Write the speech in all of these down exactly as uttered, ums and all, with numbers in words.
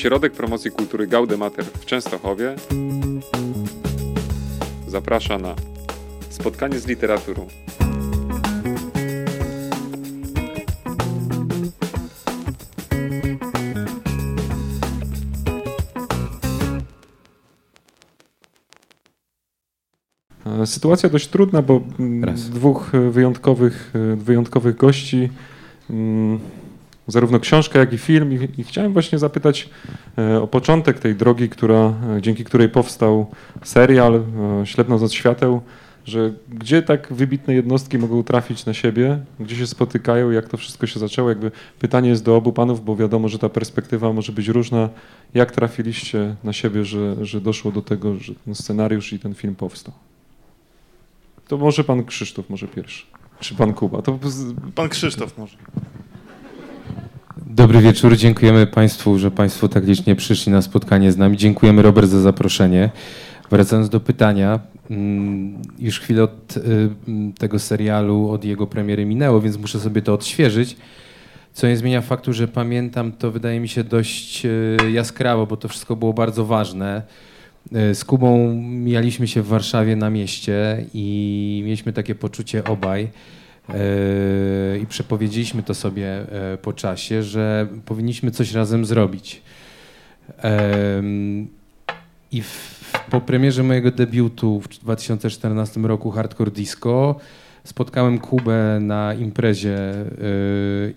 Ośrodek Promocji Kultury Gaudemater w Częstochowie zaprasza na spotkanie z literaturą. Sytuacja dość trudna, bo Raz. dwóch wyjątkowych, wyjątkowych gości, zarówno książka, jak i film. I, i chciałem właśnie zapytać o początek tej drogi, która, dzięki której powstał serial Ślep nas od świateł, że gdzie tak wybitne jednostki mogą trafić na siebie, gdzie się spotykają, jak to wszystko się zaczęło. Jakby pytanie jest do obu panów, bo wiadomo, że ta perspektywa może być różna. Jak trafiliście na siebie, że, że doszło do tego, że ten scenariusz i ten film powstał? To może pan Krzysztof, może pierwszy. Czy pan Kuba? To pan Krzysztof może. Dobry wieczór, dziękujemy państwu, że państwo tak licznie przyszli na spotkanie z nami. Dziękujemy, Robert, za zaproszenie. Wracając do pytania, już chwilę od tego serialu, od jego premiery minęło, więc muszę sobie to odświeżyć, co nie zmienia faktu, że pamiętam to, wydaje mi się, dość jaskrawo, bo to wszystko było bardzo ważne. Z Kubą mijaliśmy się w Warszawie na mieście i mieliśmy takie poczucie obaj yy, i przepowiedzieliśmy to sobie yy, po czasie, że powinniśmy coś razem zrobić. Yy, I w, po premierze mojego debiutu w dwa tysiące czternastym roku Hardcore Disco spotkałem Kubę na imprezie yy,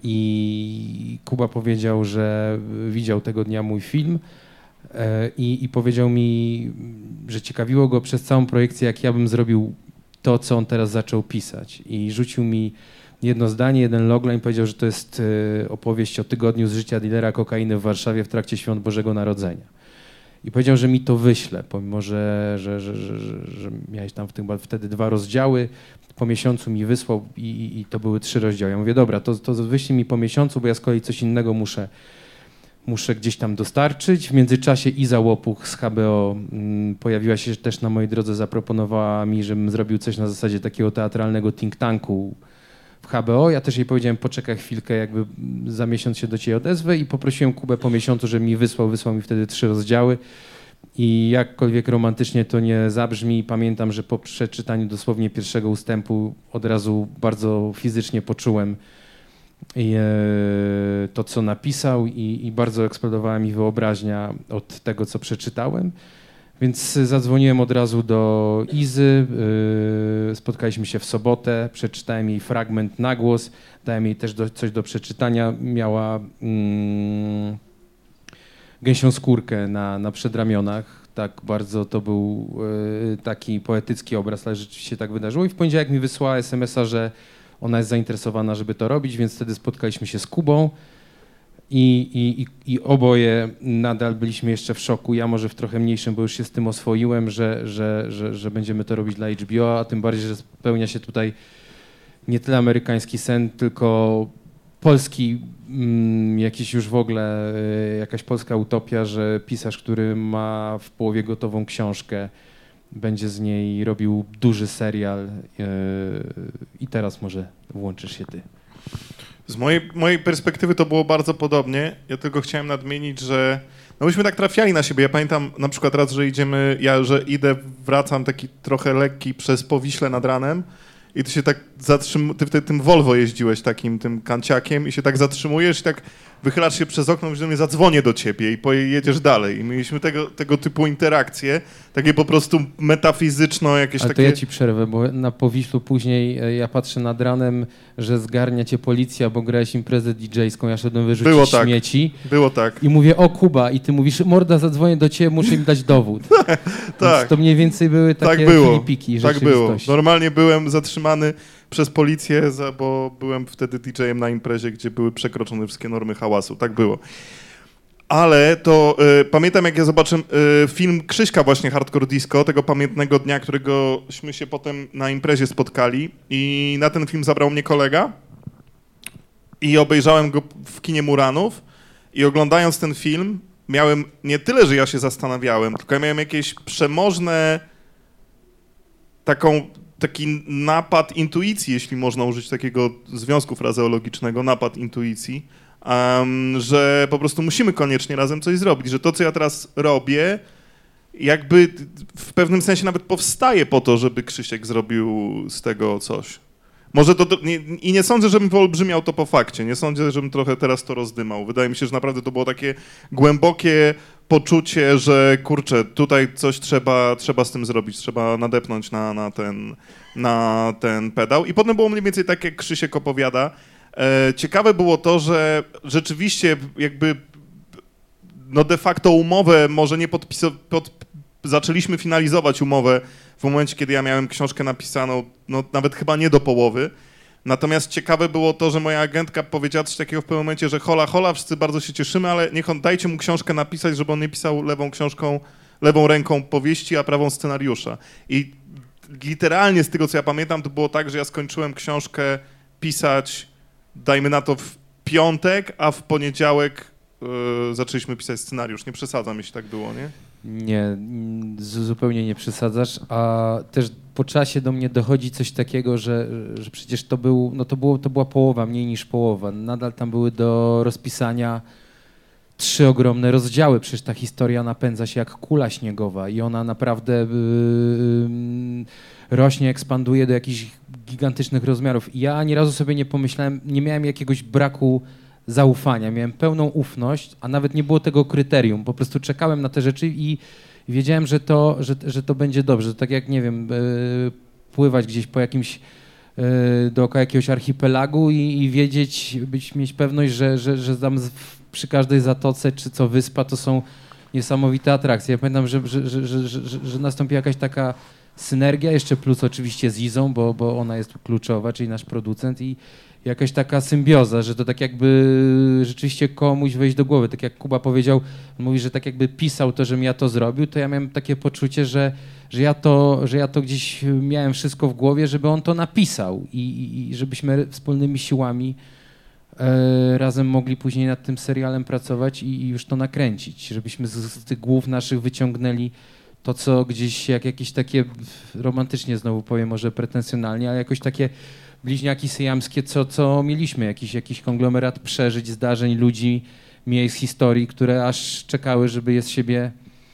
i Kuba powiedział, że widział tego dnia mój film. I, I powiedział mi, że ciekawiło go przez całą projekcję, jak ja bym zrobił to, co on teraz zaczął pisać. I rzucił mi jedno zdanie, jeden logline, powiedział, że to jest opowieść o tygodniu z życia dealera kokainy w Warszawie w trakcie Świąt Bożego Narodzenia. I powiedział, że mi to wyśle, pomimo że, że, że, że, że, że miałeś tam w tym, wtedy dwa rozdziały. Po miesiącu mi wysłał i, i, i to były trzy rozdziały. Ja mówię, dobra, to, to wyślij mi po miesiącu, bo ja z kolei coś innego muszę Muszę gdzieś tam dostarczyć. W międzyczasie Iza Łopuch z H B O mm, pojawiła się też na mojej drodze, zaproponowała mi, żebym zrobił coś na zasadzie takiego teatralnego think tanku w H B O. Ja też jej powiedziałem, poczekaj chwilkę, jakby za miesiąc się do ciebie odezwę i poprosiłem Kubę po miesiącu, żeby mi wysłał. Wysłał mi wtedy trzy rozdziały i jakkolwiek romantycznie to nie zabrzmi, pamiętam, że po przeczytaniu dosłownie pierwszego ustępu od razu bardzo fizycznie poczułem I, e, to, co napisał i, i bardzo eksplodowała mi wyobraźnia od tego, co przeczytałem. Więc zadzwoniłem od razu do Izy, e, spotkaliśmy się w sobotę, przeczytałem jej fragment na głos, dałem jej też do, coś do przeczytania. Miała mm, gęsią skórkę na, na przedramionach. Tak bardzo to był e, taki poetycki obraz, ale rzeczywiście tak wydarzyło. I w poniedziałek mi wysłała es em es a, że ona jest zainteresowana, żeby to robić, więc wtedy spotkaliśmy się z Kubą i, i, i oboje nadal byliśmy jeszcze w szoku. Ja może w trochę mniejszym, bo już się z tym oswoiłem, że, że, że, że będziemy to robić dla H B O, a tym bardziej, że spełnia się tutaj nie tyle amerykański sen, tylko polski, mm, jakiś już w ogóle, y, jakaś polska utopia, że pisarz, który ma w połowie gotową książkę, będzie z niej robił duży serial yy, i teraz może włączysz się ty. Z mojej, mojej perspektywy to było bardzo podobnie. Ja tylko chciałem nadmienić, że no myśmy tak trafiali na siebie. Ja pamiętam na przykład raz, że idziemy, ja że idę, wracam taki trochę lekki przez Powiśle nad ranem i ty się tak zatrzymujesz, ty wtedy tym Volvo jeździłeś takim tym kanciakiem i się tak zatrzymujesz i tak wychylasz się przez okno, mówisz do mnie, zadzwonię do ciebie i pojedziesz dalej. I mieliśmy tego, tego typu interakcje, takie po prostu metafizyczno jakieś Ale takie... to ja ci przerwę, bo na Powiślu później ja patrzę nad ranem, że zgarnia cię policja, bo grałeś imprezę didżejską, ja szedłem wyrzucić Było tak. śmieci. Było tak. I mówię, o Kuba, i ty mówisz, morda, zadzwonię do ciebie, muszę im dać dowód. Tak. Więc to mniej więcej były takie tak było. filipiki Tak było. rzeczywistości. Normalnie byłem zatrzymany przez policję, bo byłem wtedy didżejem na imprezie, gdzie były przekroczone wszystkie normy hałasu. Tak było. Ale to y, pamiętam, jak ja zobaczyłem y, film Krzyśka właśnie Hardcore Disco, tego pamiętnego dnia, któregośmy się potem na imprezie spotkali i na ten film zabrał mnie kolega i obejrzałem go w kinie Muranów i oglądając ten film miałem nie tyle, że ja się zastanawiałem, tylko ja miałem jakieś przemożne taką taki napad intuicji, jeśli można użyć takiego związku frazeologicznego, napad intuicji, um, że po prostu musimy koniecznie razem coś zrobić, że to, co ja teraz robię, jakby w pewnym sensie nawet powstaje po to, żeby Krzysiek zrobił z tego coś. Może to, nie, i nie sądzę, żebym wyolbrzymiał to po fakcie, nie sądzę, żebym trochę teraz to rozdymał. Wydaje mi się, że naprawdę to było takie głębokie poczucie, że kurczę, tutaj coś trzeba, trzeba z tym zrobić, trzeba nadepnąć na, na, ten, na ten pedał. I potem było mniej więcej tak, jak Krzysiek opowiada. E, ciekawe było to, że rzeczywiście jakby no de facto umowę może nie podpisać, pod, zaczęliśmy finalizować umowę w momencie, kiedy ja miałem książkę napisaną, no nawet chyba nie do połowy. Natomiast ciekawe było to, że moja agentka powiedziała coś takiego w pewnym momencie, że hola, hola, wszyscy bardzo się cieszymy, ale niech on, dajcie mu książkę napisać, żeby on nie pisał lewą książką, lewą ręką powieści, a prawą scenariusza. I literalnie z tego, co ja pamiętam, to było tak, że ja skończyłem książkę pisać, dajmy na to w piątek, a w poniedziałek yy, zaczęliśmy pisać scenariusz. Nie przesadzam, jeśli tak było, nie? Nie, z- zupełnie nie przesadzasz, a też po czasie do mnie dochodzi coś takiego, że, że przecież to, był, no to, było, to była połowa, mniej niż połowa. Nadal tam były do rozpisania trzy ogromne rozdziały, przecież ta historia napędza się jak kula śniegowa i ona naprawdę yy, rośnie, ekspanduje do jakichś gigantycznych rozmiarów. I ja ani razu sobie nie pomyślałem, nie miałem jakiegoś braku zaufania, miałem pełną ufność, a nawet nie było tego kryterium. Po prostu czekałem na te rzeczy i wiedziałem, że to, że, że to będzie dobrze. To tak jak, nie wiem, yy, pływać gdzieś po jakimś yy, dookoła jakiegoś archipelagu i, i wiedzieć, być, mieć pewność, że, że, że tam z, przy każdej zatoce czy co wyspa to są niesamowite atrakcje. Ja pamiętam, że, że, że, że, że, że nastąpiła jakaś taka synergia, jeszcze plus oczywiście z Izą, bo, bo ona jest kluczowa, czyli nasz producent i jakaś taka symbioza, że to tak jakby rzeczywiście komuś wejść do głowy. Tak jak Kuba powiedział, on mówi, że tak jakby pisał to, żebym ja to zrobił, to ja miałem takie poczucie, że, że, ja, to, że ja to gdzieś miałem wszystko w głowie, żeby on to napisał i, i, i żebyśmy wspólnymi siłami e, razem mogli później nad tym serialem pracować i, i już to nakręcić, żebyśmy z, z tych głów naszych wyciągnęli to, co gdzieś jak jakieś takie, romantycznie znowu powiem, może pretensjonalnie, ale jakoś takie bliźniaki syjamskie, co, co mieliśmy, jakiś, jakiś konglomerat przeżyć, zdarzeń, ludzi, miejsc, historii, które aż czekały, żeby je z siebie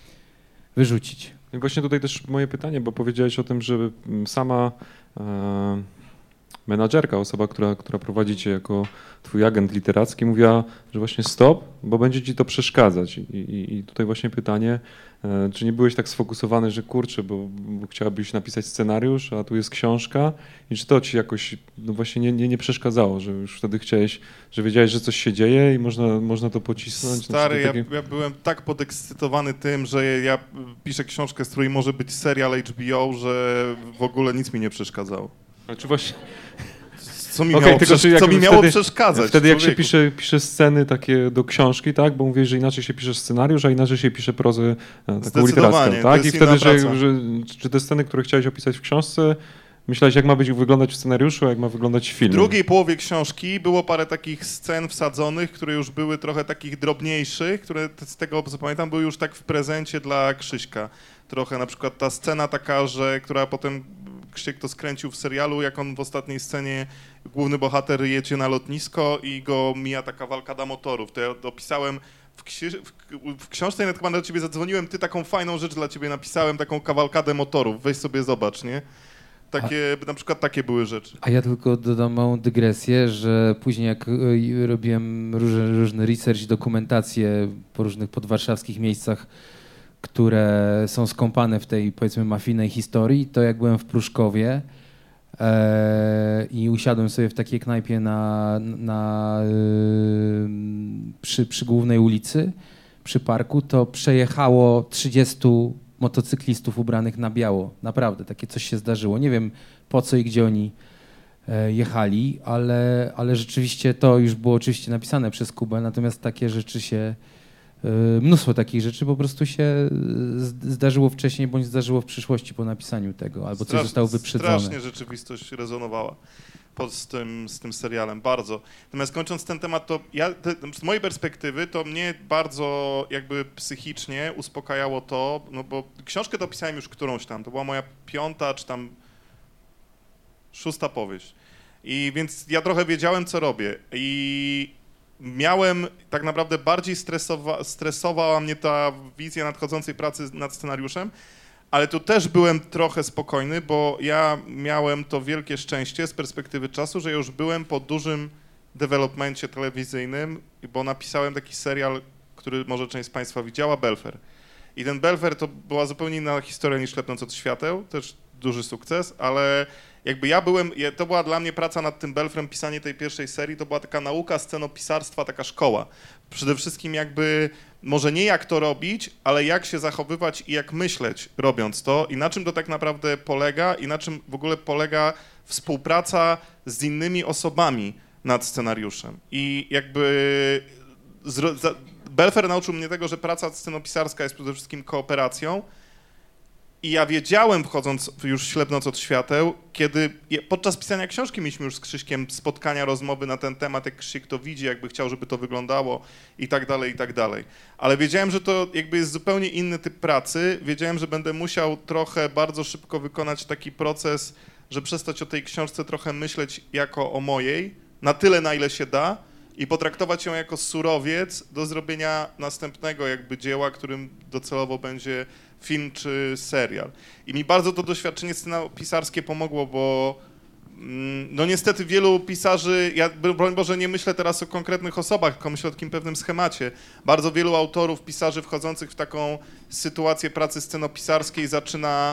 wyrzucić. I właśnie tutaj też moje pytanie, bo powiedziałeś o tym, że sama e, menadżerka, osoba, która, która prowadzi cię jako twój agent literacki, mówiła, że właśnie stop, bo będzie ci to przeszkadzać. I, i, i tutaj właśnie pytanie, e, czy nie byłeś tak sfokusowany, że kurczę, bo, bo chciałabyś napisać scenariusz, a tu jest książka i czy to ci jakoś no właśnie nie, nie, nie przeszkadzało, że już wtedy chciałeś, że wiedziałeś, że coś się dzieje i można, można to pocisnąć? Stary, Znaczy, ja, takie... ja byłem tak podekscytowany tym, że ja piszę książkę, z której może być serial H B O, że w ogóle nic mi nie przeszkadzało. Ale czy właśnie... Co mi Okay, miało, tylko, przesz- co mi miało wtedy, przeszkadzać? Wtedy jak się człowieku? pisze, pisze sceny takie do książki, tak? Bo mówisz, że inaczej się pisze scenariusz, a inaczej się pisze prozę e, taką literacką, to tak? jest I wtedy, inna że, praca. że czy te sceny, które chciałeś opisać w książce, myślałeś, jak ma być wyglądać w scenariuszu, a jak ma wyglądać w W filmie? drugiej połowie książki było parę takich scen wsadzonych, które już były trochę takich drobniejszych, które z tego, co pamiętam, były już tak w prezencie dla Krzyśka. Trochę na przykład ta scena taka, że, która potem Krzysiek to skręcił w serialu, jak on w ostatniej scenie, główny bohater jedzie na lotnisko i go mija taka walkada motorów. To ja opisałem w, ksi- w, w książce, nawet chyba do ciebie zadzwoniłem, ty taką fajną rzecz dla ciebie napisałem, taką kawalkadę motorów, weź sobie zobacz, nie? Takie, na przykład takie były rzeczy. A ja tylko dodam małą dygresję, że później jak y, robiłem różny, różny research, dokumentację po różnych podwarszawskich miejscach, które są skąpane w tej, powiedzmy, mafijnej historii, to jak byłem w Pruszkowie e, i usiadłem sobie w takiej knajpie na, na, y, przy, przy głównej ulicy, przy parku, to przejechało trzydziestu motocyklistów ubranych na biało. Naprawdę, takie coś się zdarzyło. Nie wiem po co i gdzie oni e, jechali, ale, ale rzeczywiście to już było oczywiście napisane przez Kubę, natomiast takie rzeczy się, e, mnóstwo takich rzeczy po prostu się z, zdarzyło wcześniej, bądź zdarzyło w przyszłości po napisaniu tego, albo coś Strasz- zostało wyprzedzone. Strasznie rzeczywistość rezonowała pod, z, tym, z tym serialem, bardzo. Natomiast kończąc ten temat, to ja, te, z mojej perspektywy, to mnie bardzo jakby psychicznie uspokajało to, no bo książkę to pisałem już którąś tam, to była moja piąta czy tam szósta powieść. I więc ja trochę wiedziałem, co robię. I miałem tak naprawdę bardziej stresowa, stresowała mnie ta wizja nadchodzącej pracy nad scenariuszem, ale tu też byłem trochę spokojny, bo ja miałem to wielkie szczęście z perspektywy czasu, że już byłem po dużym developmencie telewizyjnym, bo napisałem taki serial, który może część z Państwa widziała, Belfer. I ten Belfer to była zupełnie inna historia niż Ślepnąc od świateł, też duży sukces, ale jakby ja byłem, to była dla mnie praca nad tym Belfrem, pisanie tej pierwszej serii, to była taka nauka scenopisarstwa, taka szkoła. Przede wszystkim jakby, może nie jak to robić, ale jak się zachowywać i jak myśleć robiąc to i na czym to tak naprawdę polega i na czym w ogóle polega współpraca z innymi osobami nad scenariuszem. I jakby zro, za, Belfer nauczył mnie tego, że praca scenopisarska jest przede wszystkim kooperacją. I ja wiedziałem, wchodząc już Ślepnąc od świateł, kiedy podczas pisania książki mieliśmy już z Krzyśkiem spotkania, rozmowy na ten temat, jak Krzysiek to widzi, jakby chciał, żeby to wyglądało i tak dalej, i tak dalej. Ale wiedziałem, że to jakby jest zupełnie inny typ pracy. Wiedziałem, że będę musiał trochę bardzo szybko wykonać taki proces, że przestać o tej książce trochę myśleć jako o mojej, na tyle, na ile się da, i potraktować ją jako surowiec do zrobienia następnego jakby dzieła, którym docelowo będzie film czy serial. I mi bardzo to doświadczenie scenopisarskie pomogło, bo no niestety wielu pisarzy, ja broń Boże nie myślę teraz o konkretnych osobach, tylko myślę o takim pewnym schemacie. Bardzo wielu autorów, pisarzy wchodzących w taką sytuację pracy scenopisarskiej zaczyna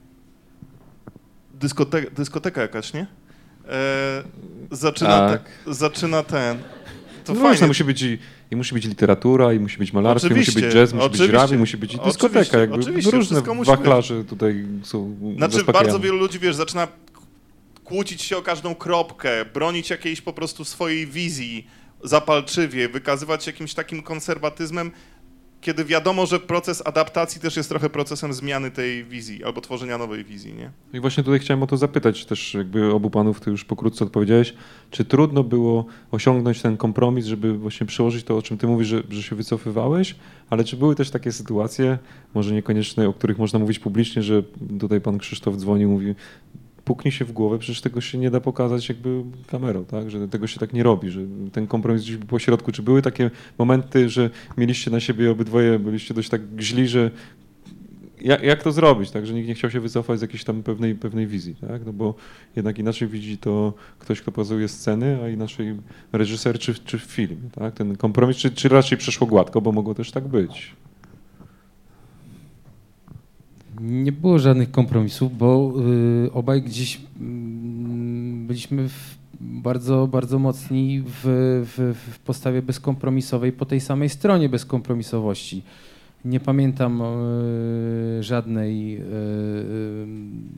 dyskoteka, dyskoteka jakaś, nie? E, zaczyna, Tak. te, zaczyna ten... To no fajnie. właśnie, musi być i, i musi być literatura, i musi być malarstwo, i musi być jazz, musi oczywiście. być rap, i musi być i dyskoteka. Oczywiście, Jakby oczywiście, różne wszystko musi wachlarze tutaj są Znaczy zaspokajane. bardzo wielu ludzi, wiesz, zaczyna kłócić się o każdą kropkę, bronić jakiejś po prostu swojej wizji zapalczywie, wykazywać się jakimś takim konserwatyzmem, kiedy wiadomo, że proces adaptacji też jest trochę procesem zmiany tej wizji albo tworzenia nowej wizji, nie? I właśnie tutaj chciałem o to zapytać też jakby obu panów, ty już pokrótce odpowiedziałeś, czy trudno było osiągnąć ten kompromis, żeby właśnie przełożyć to, o czym ty mówisz, że, że się wycofywałeś, ale czy były też takie sytuacje, może niekoniecznie, o których można mówić publicznie, że tutaj pan Krzysztof dzwonił, mówi, puknij się w głowę, przecież tego się nie da pokazać jakby kamerą, tak? Że tego się tak nie robi, że ten kompromis gdzieś był po środku. Czy były takie momenty, że mieliście na siebie obydwoje, byliście dość tak źli, że jak, jak to zrobić, tak? Że nikt nie chciał się wycofać z jakiejś tam pewnej, pewnej wizji, tak? No bo jednak inaczej widzi to ktoś, kto pozuje sceny, a inaczej reżyser czy, czy film, tak? Ten kompromis, czy, czy raczej przeszło gładko, bo mogło też tak być. Nie było żadnych kompromisów, bo y, obaj gdzieś y, byliśmy w bardzo, bardzo mocni w, w, w postawie bezkompromisowej po tej samej stronie bezkompromisowości. Nie pamiętam y, żadnej y, y,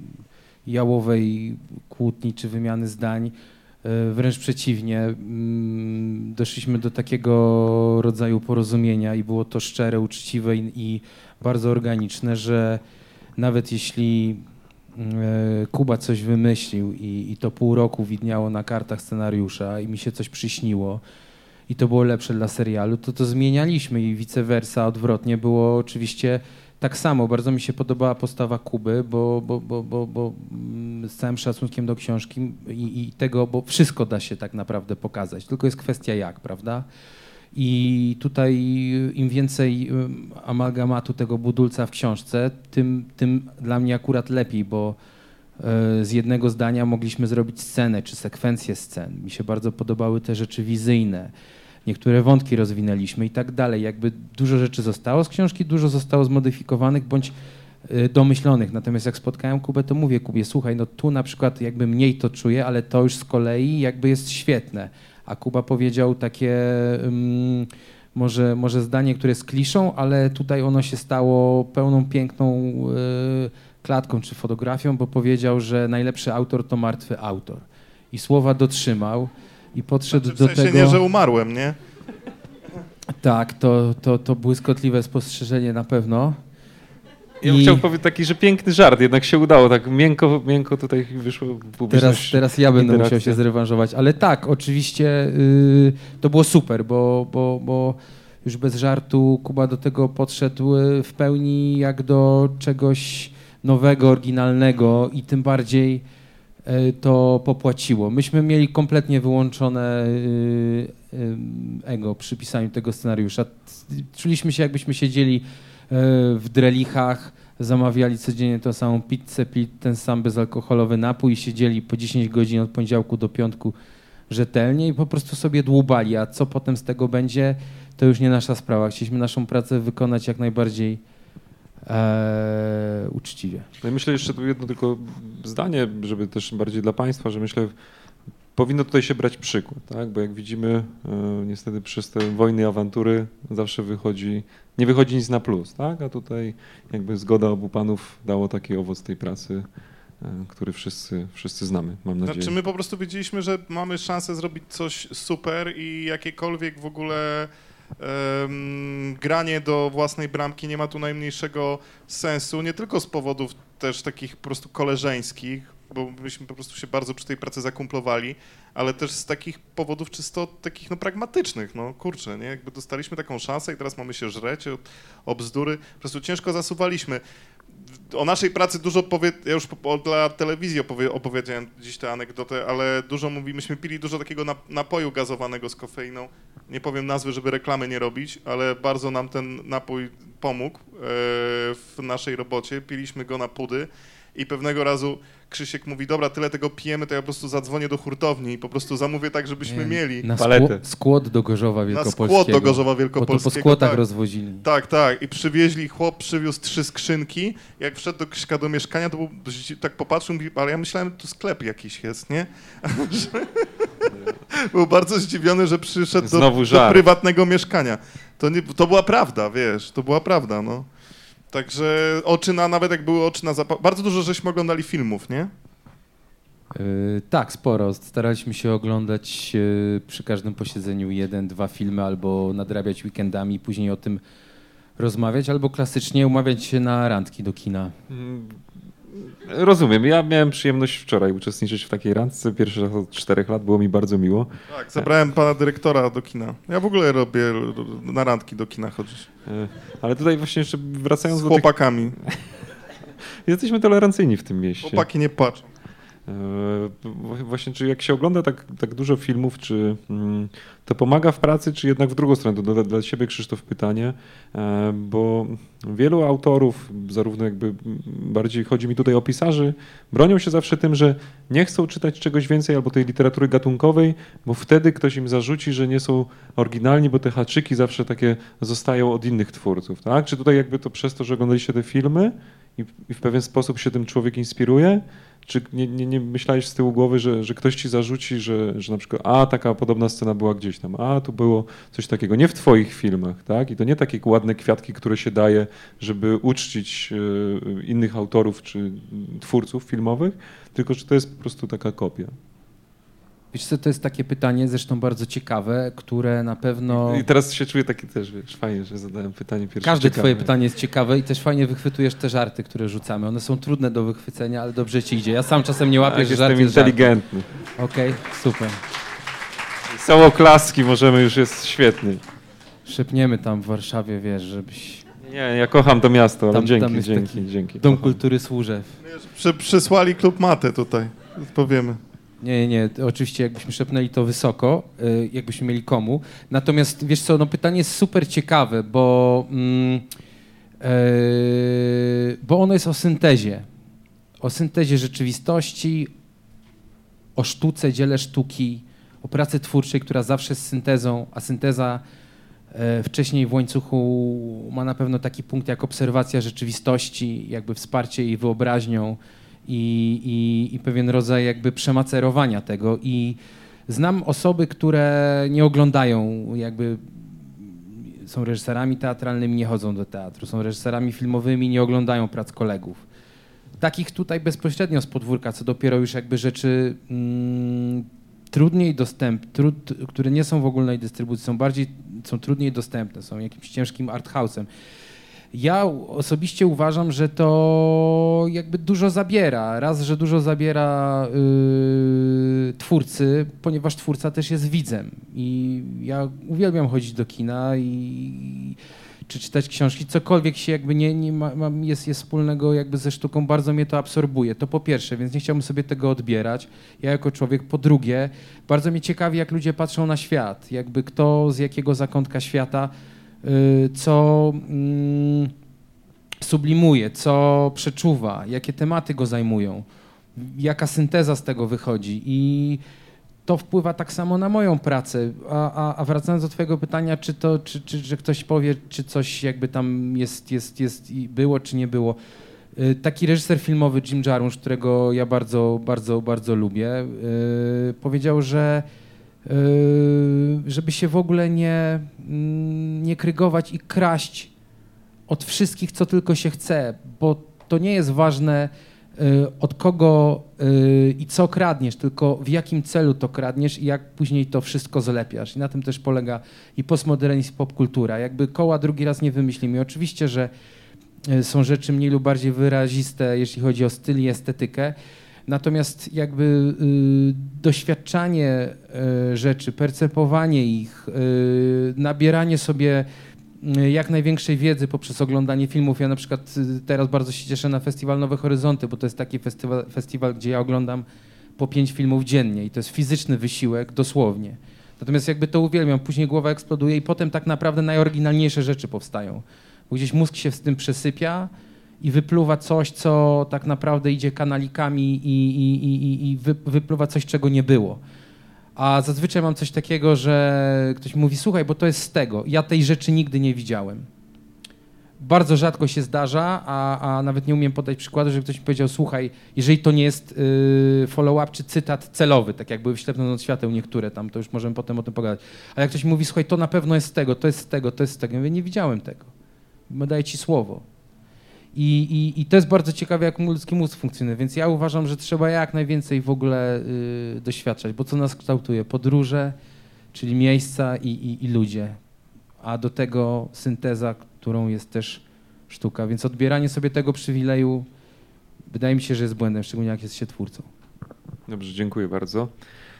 jałowej kłótni czy wymiany zdań. Y, wręcz przeciwnie, y, doszliśmy do takiego rodzaju porozumienia i było to szczere, uczciwe i, i bardzo organiczne, że nawet jeśli e, Kuba coś wymyślił i, i to pół roku widniało na kartach scenariusza i mi się coś przyśniło i to było lepsze dla serialu, to to zmienialiśmy i vice versa, odwrotnie było oczywiście tak samo. Bardzo mi się podobała postawa Kuby, bo, bo, bo, bo, bo z całym szacunkiem do książki i, i tego, bo wszystko da się tak naprawdę pokazać, tylko jest kwestia jak, prawda? I tutaj im więcej amalgamatu tego budulca w książce, tym, tym dla mnie akurat lepiej, bo z jednego zdania mogliśmy zrobić scenę czy sekwencję scen. Mi się bardzo podobały te rzeczy wizyjne. Niektóre wątki rozwinęliśmy i tak dalej. Jakby dużo rzeczy zostało z książki, dużo zostało zmodyfikowanych bądź domyślonych. Natomiast jak spotkałem Kubę, to mówię Kubie, słuchaj, no tu na przykład jakby mniej to czuję, ale to już z kolei jakby jest świetne. A Kuba powiedział takie um, może, może zdanie, które jest kliszą, ale tutaj ono się stało pełną, piękną y, klatką czy fotografią, bo powiedział, że najlepszy autor to martwy autor. I słowa dotrzymał i podszedł znaczy, w do sensie tego... nie, że umarłem, nie? Tak, to, to, to błyskotliwe spostrzeżenie na pewno. Ja bym I... chciał powiedzieć taki, że piękny żart, jednak się udało, tak miękko, miękko tutaj wyszło publiczność. Teraz, teraz ja będę musiał się zrewanżować, ale tak, oczywiście yy, to było super, bo, bo, bo już bez żartu Kuba do tego podszedł w pełni jak do czegoś nowego, oryginalnego i tym bardziej yy, to popłaciło. Myśmy mieli kompletnie wyłączone yy, ego przy pisaniu tego scenariusza. Czuliśmy się, jakbyśmy siedzieli w Drelichach, zamawiali codziennie tą samą pizzę, pili ten sam bezalkoholowy napój i siedzieli po dziesięć godzin od poniedziałku do piątku rzetelnie i po prostu sobie dłubali, a co potem z tego będzie, to już nie nasza sprawa. Chcieliśmy naszą pracę wykonać jak najbardziej e, uczciwie. No i myślę jeszcze tu jedno tylko zdanie, żeby też bardziej dla Państwa, że myślę, powinno tutaj się brać przykład, tak? Bo jak widzimy, e, niestety przez te wojny i awantury zawsze wychodzi, nie wychodzi nic na plus, tak? A tutaj jakby zgoda obu panów dało taki owoc tej pracy, e, który wszyscy, wszyscy znamy, mam nadzieję. Znaczy my po prostu wiedzieliśmy, że mamy szansę zrobić coś super i jakiekolwiek w ogóle um, granie do własnej bramki nie ma tu najmniejszego sensu, nie tylko z powodów też takich po prostu koleżeńskich, bo myśmy po prostu się bardzo przy tej pracy zakumplowali, ale też z takich powodów czysto takich no pragmatycznych, no kurczę, nie? Jakby dostaliśmy taką szansę i teraz mamy się żreć o, o bzdury, po prostu ciężko zasuwaliśmy. O naszej pracy dużo powie, ja już po, dla telewizji opowie, opowiedziałem dziś tę anegdotę, ale dużo mówi, myśmy pili dużo takiego napoju gazowanego z kofeiną, nie powiem nazwy, żeby reklamy nie robić, ale bardzo nam ten napój pomógł e, w naszej robocie, piliśmy go na pudy. I pewnego razu Krzysiek mówi, dobra, tyle tego pijemy, to ja po prostu zadzwonię do hurtowni i po prostu zamówię tak, żebyśmy Nie, mieli. Na paletę. skłod do Gorzowa Wielkopolskiego. Na skłod do Gorzowa Bo to Wielkopolskiego. po skłotach tak. rozwozili. Tak, tak. I przywieźli, chłop przywiózł trzy skrzynki. Jak wszedł do Krzyśka do mieszkania, to był, tak popatrzył, mówi, ale ja myślałem, tu sklep jakiś jest, nie? Był bardzo zdziwiony, że przyszedł do, do prywatnego mieszkania. To, nie, to była prawda, wiesz, to była prawda, no. Także oczy na, nawet jak były oczy na zapał. Bardzo dużo żeśmy oglądali filmów, nie? Yy, tak, sporo. Staraliśmy się oglądać yy, przy każdym posiedzeniu jeden, dwa filmy albo nadrabiać weekendami, później o tym rozmawiać, albo klasycznie umawiać się na randki do kina. Rozumiem. Ja miałem przyjemność wczoraj uczestniczyć w takiej randce. Pierwszy raz od czterech lat, było mi bardzo miło. Tak, zabrałem pana dyrektora do kina. Ja w ogóle robię na randki do kina chodzić. Ale tutaj właśnie jeszcze wracając Z do chłopakami. Tych... Jesteśmy tolerancyjni w tym mieście. Chłopaki nie płaczą. Właśnie, czy jak się ogląda tak, tak dużo filmów, czy mm, to pomaga w pracy, czy jednak w drugą stronę? To dla, dla ciebie, Krzysztof, pytanie, e, bo wielu autorów, zarówno jakby bardziej chodzi mi tutaj o pisarzy, bronią się zawsze tym, że nie chcą czytać czegoś więcej albo tej literatury gatunkowej, bo wtedy ktoś im zarzuci, że nie są oryginalni, bo te haczyki zawsze takie zostają od innych twórców, tak? Czy tutaj jakby to przez to, że oglądaliście te filmy i, i w pewien sposób się tym człowiek inspiruje? Czy nie, nie, nie myślałeś z tyłu głowy, że, że ktoś ci zarzuci, że, że na przykład a, taka podobna scena była gdzieś tam, a, tu było coś takiego, nie w twoich filmach, tak? I to nie takie ładne kwiatki, które się daje, żeby uczcić y, innych autorów czy twórców filmowych, tylko że to jest po prostu taka kopia. Wiesz co, to jest takie pytanie, zresztą bardzo ciekawe, które na pewno... I teraz się czuję taki też, wiesz, fajnie, że zadałem pytanie pierwsze. Każde ciekawe. twoje pytanie jest ciekawe i też fajnie wychwytujesz te żarty, które rzucamy. One są trudne do wychwycenia, ale dobrze ci idzie. Ja sam czasem nie łapię, tak, że żart jestem jest inteligentny. Okej, okay, super. Są oklaski, możemy, już jest świetnie. Szepniemy tam w Warszawie, wiesz, żebyś... Nie, ja kocham to miasto, ale tam, dzięki, tam jest dzięki, taki dzięki. Dom kocham. Kultury Służew. Przy, przysłali klub Matę tutaj, powiemy. Nie, nie, oczywiście jakbyśmy szepnęli to wysoko, y, jakbyśmy mieli komu. Natomiast wiesz co, no pytanie jest super ciekawe, bo, mm, yy, bo ono jest o syntezie. O syntezie rzeczywistości, o sztuce, dziele sztuki, o pracy twórczej, która zawsze jest syntezą, a synteza y, wcześniej w łańcuchu ma na pewno taki punkt jak obserwacja rzeczywistości, jakby wsparcie jej wyobraźnią, I, i, i pewien rodzaj jakby przemacerowania tego. I znam osoby, które nie oglądają, jakby są reżyserami teatralnymi, nie chodzą do teatru, są reżyserami filmowymi, nie oglądają prac kolegów. Takich tutaj bezpośrednio z podwórka, co dopiero już jakby rzeczy mm, trudniej dostępne, trud, które nie są w ogólnej dystrybucji, są bardziej, są trudniej dostępne, są jakimś ciężkim art house'em. Ja osobiście uważam, że to jakby dużo zabiera. Raz, że dużo zabiera yy, twórcy, ponieważ twórca też jest widzem. I ja uwielbiam chodzić do kina i czy czytać książki, cokolwiek się jakby nie, nie ma, ma, jest, jest wspólnego jakby ze sztuką, bardzo mnie to absorbuje. To po pierwsze, więc nie chciałbym sobie tego odbierać, ja jako człowiek. Po drugie, bardzo mnie ciekawi, jak ludzie patrzą na świat, jakby kto z jakiego zakątka świata, yy, co yy, sublimuje, co przeczuwa, jakie tematy go zajmują, jaka synteza z tego wychodzi i to wpływa tak samo na moją pracę. A, a, a wracając do twojego pytania, czy to, czy, czy, że ktoś powie, czy coś jakby tam jest, jest, jest i było, czy nie było. Taki reżyser filmowy Jim Jarmusch, którego ja bardzo, bardzo, bardzo lubię, yy, powiedział, że yy, żeby się w ogóle nie, nie krygować i kraść od wszystkich, co tylko się chce, bo to nie jest ważne, od kogo i co kradniesz, tylko w jakim celu to kradniesz i jak później to wszystko zlepiasz. I na tym też polega i postmodernizm, i popkultura. Jakby koła drugi raz nie wymyślimy. Oczywiście, że są rzeczy mniej lub bardziej wyraziste, jeśli chodzi o styl i estetykę, natomiast jakby y, doświadczanie y, rzeczy, percepowanie ich, y, nabieranie sobie jak największej wiedzy poprzez oglądanie filmów. Ja na przykład teraz bardzo się cieszę na Festiwal Nowe Horyzonty, bo to jest taki festiwal, festiwal, gdzie ja oglądam po pięć filmów dziennie i to jest fizyczny wysiłek, dosłownie. Natomiast jakby to uwielbiam, później głowa eksploduje i potem tak naprawdę najoryginalniejsze rzeczy powstają. Bo gdzieś mózg się z tym przesypia i wypluwa coś, co tak naprawdę idzie kanalikami i, i, i, i wy, wypluwa coś, czego nie było. A zazwyczaj mam coś takiego, że ktoś mówi, słuchaj, bo to jest z tego. Ja tej rzeczy nigdy nie widziałem. Bardzo rzadko się zdarza, a, a nawet nie umiem podać przykładu, żeby ktoś mi powiedział, słuchaj, jeżeli to nie jest yy, follow-up czy cytat celowy, tak jak były w Ślepną Noc Świateł niektóre tam, to już możemy potem o tym pogadać. Ale jak ktoś mówi, słuchaj, to na pewno jest z tego, to jest z tego, to jest z tego. Ja mówię, nie widziałem tego. Daję ci słowo. I, i, I to jest bardzo ciekawe, jak ludzki mózg funkcjonuje, więc ja uważam, że trzeba jak najwięcej w ogóle y, doświadczać, bo co nas kształtuje? Podróże, czyli miejsca i, i, i ludzie, a do tego synteza, którą jest też sztuka, więc odbieranie sobie tego przywileju wydaje mi się, że jest błędem, szczególnie jak jest się twórcą. Dobrze, dziękuję bardzo.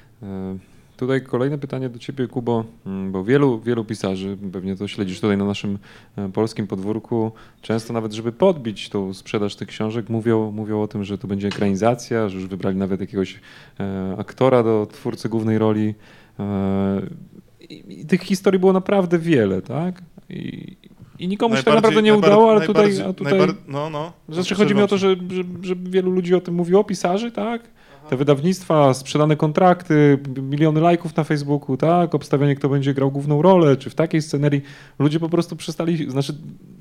Tutaj kolejne pytanie do ciebie, Kubo, bo wielu, wielu pisarzy, pewnie to śledzisz tutaj na naszym polskim podwórku, często nawet, żeby podbić tą sprzedaż tych książek, mówią, mówią o tym, że to będzie ekranizacja, że już wybrali nawet jakiegoś aktora do twórcy głównej roli. I, i tych historii było naprawdę wiele, tak? I, i nikomu się tak naprawdę nie udało, ale tutaj... A tutaj no, no. Znaczy chodzi mi o to, że, że, że wielu ludzi o tym mówiło, pisarzy, tak? Te wydawnictwa, sprzedane kontrakty, miliony lajków na Facebooku, tak, obstawianie, kto będzie grał główną rolę, czy w takiej scenerii. Ludzie po prostu przestali, znaczy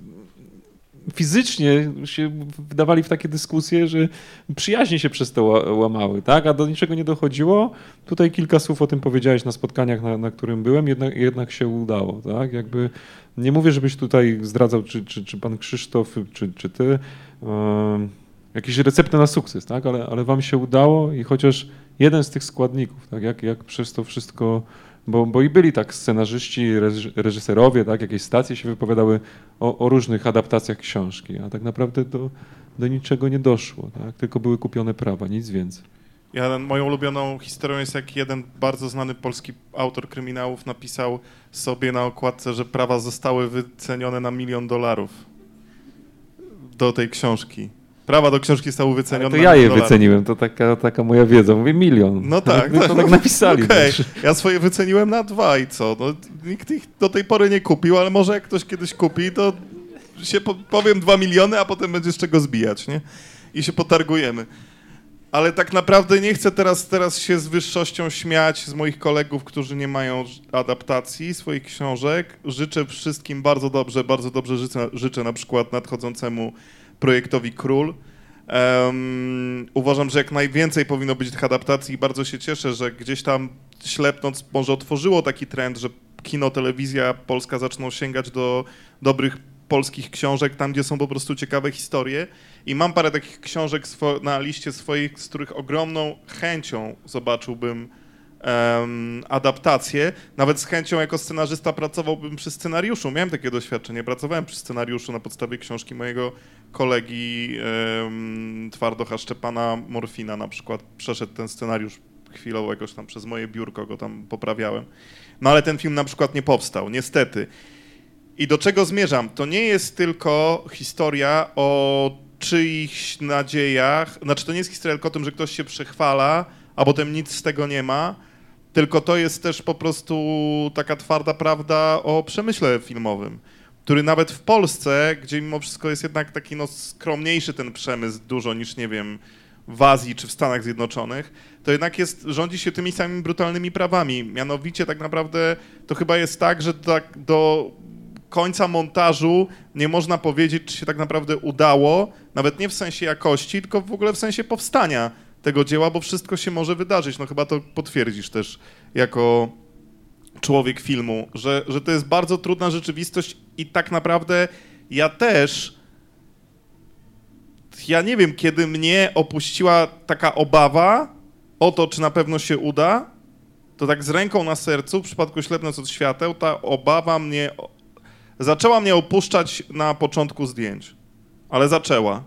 fizycznie się wdawali w takie dyskusje, że przyjaźnie się przez to łamały, tak, a do niczego nie dochodziło. Tutaj kilka słów o tym powiedziałeś na spotkaniach, na, na którym byłem, jednak, jednak się udało, tak, jakby nie mówię, żebyś tutaj zdradzał, czy, czy, czy pan Krzysztof, czy, czy ty, yy, jakieś recepty na sukces, tak? ale, ale wam się udało i chociaż jeden z tych składników, tak? jak, jak przez to wszystko, bo, bo i byli tak scenarzyści, reżyserowie, tak? Jakieś stacje się wypowiadały o, o różnych adaptacjach książki, a tak naprawdę do, do niczego nie doszło, tak? Tylko były kupione prawa, nic więcej. Ja, moją ulubioną historią jest, jak jeden bardzo znany polski autor kryminałów napisał sobie na okładce, że prawa zostały wycenione na milion dolarów do tej książki. Prawa do książki zostały wycenione. Ale to ja je dolarów. Wyceniłem, to taka, taka moja wiedza. Mówię milion. No tak. To, to tak napisali. Okay. Ja swoje wyceniłem na dwa i co? No, nikt ich do tej pory nie kupił, ale może jak ktoś kiedyś kupi, to się po, powiem dwa miliony, a potem będzie z czego zbijać, nie? I się potargujemy. Ale tak naprawdę nie chcę teraz, teraz się z wyższością śmiać z moich kolegów, którzy nie mają adaptacji swoich książek. Życzę wszystkim bardzo dobrze, bardzo dobrze życzę, życzę na przykład nadchodzącemu projektowi Król. Um, uważam, że jak najwięcej powinno być tych adaptacji i bardzo się cieszę, że gdzieś tam Ślepnąc może otworzyło taki trend, że kino, telewizja polska zaczną sięgać do dobrych polskich książek, tam gdzie są po prostu ciekawe historie. I mam parę takich książek na liście swoich, z których ogromną chęcią zobaczyłbym um, adaptację. Nawet z chęcią jako scenarzysta pracowałbym przy scenariuszu. Miałem takie doświadczenie. Pracowałem przy scenariuszu na podstawie książki mojego kolegi um, Twardocha Szczepana Morfina na przykład. Przeszedł ten scenariusz chwilowo jakoś tam przez moje biurko, go tam poprawiałem. No ale ten film na przykład nie powstał, niestety. I do czego zmierzam? To nie jest tylko historia o czyichś nadziejach, znaczy to nie jest historia tylko o tym, że ktoś się przechwala, a potem nic z tego nie ma, tylko to jest też po prostu taka twarda prawda o przemyśle filmowym, który nawet w Polsce, gdzie mimo wszystko jest jednak taki no, skromniejszy ten przemysł dużo niż, nie wiem, w Azji czy w Stanach Zjednoczonych, to jednak jest, rządzi się tymi samymi brutalnymi prawami. Mianowicie tak naprawdę to chyba jest tak, że tak do końca montażu nie można powiedzieć, czy się tak naprawdę udało, nawet nie w sensie jakości, tylko w ogóle w sensie powstania tego dzieła, bo wszystko się może wydarzyć. No chyba to potwierdzisz też jako człowiek filmu, że, że to jest bardzo trudna rzeczywistość i tak naprawdę ja też, ja nie wiem, kiedy mnie opuściła taka obawa o to, czy na pewno się uda, to tak z ręką na sercu, w przypadku Ślepnąc od świateł, ta obawa mnie, zaczęła mnie opuszczać na początku zdjęć, ale zaczęła.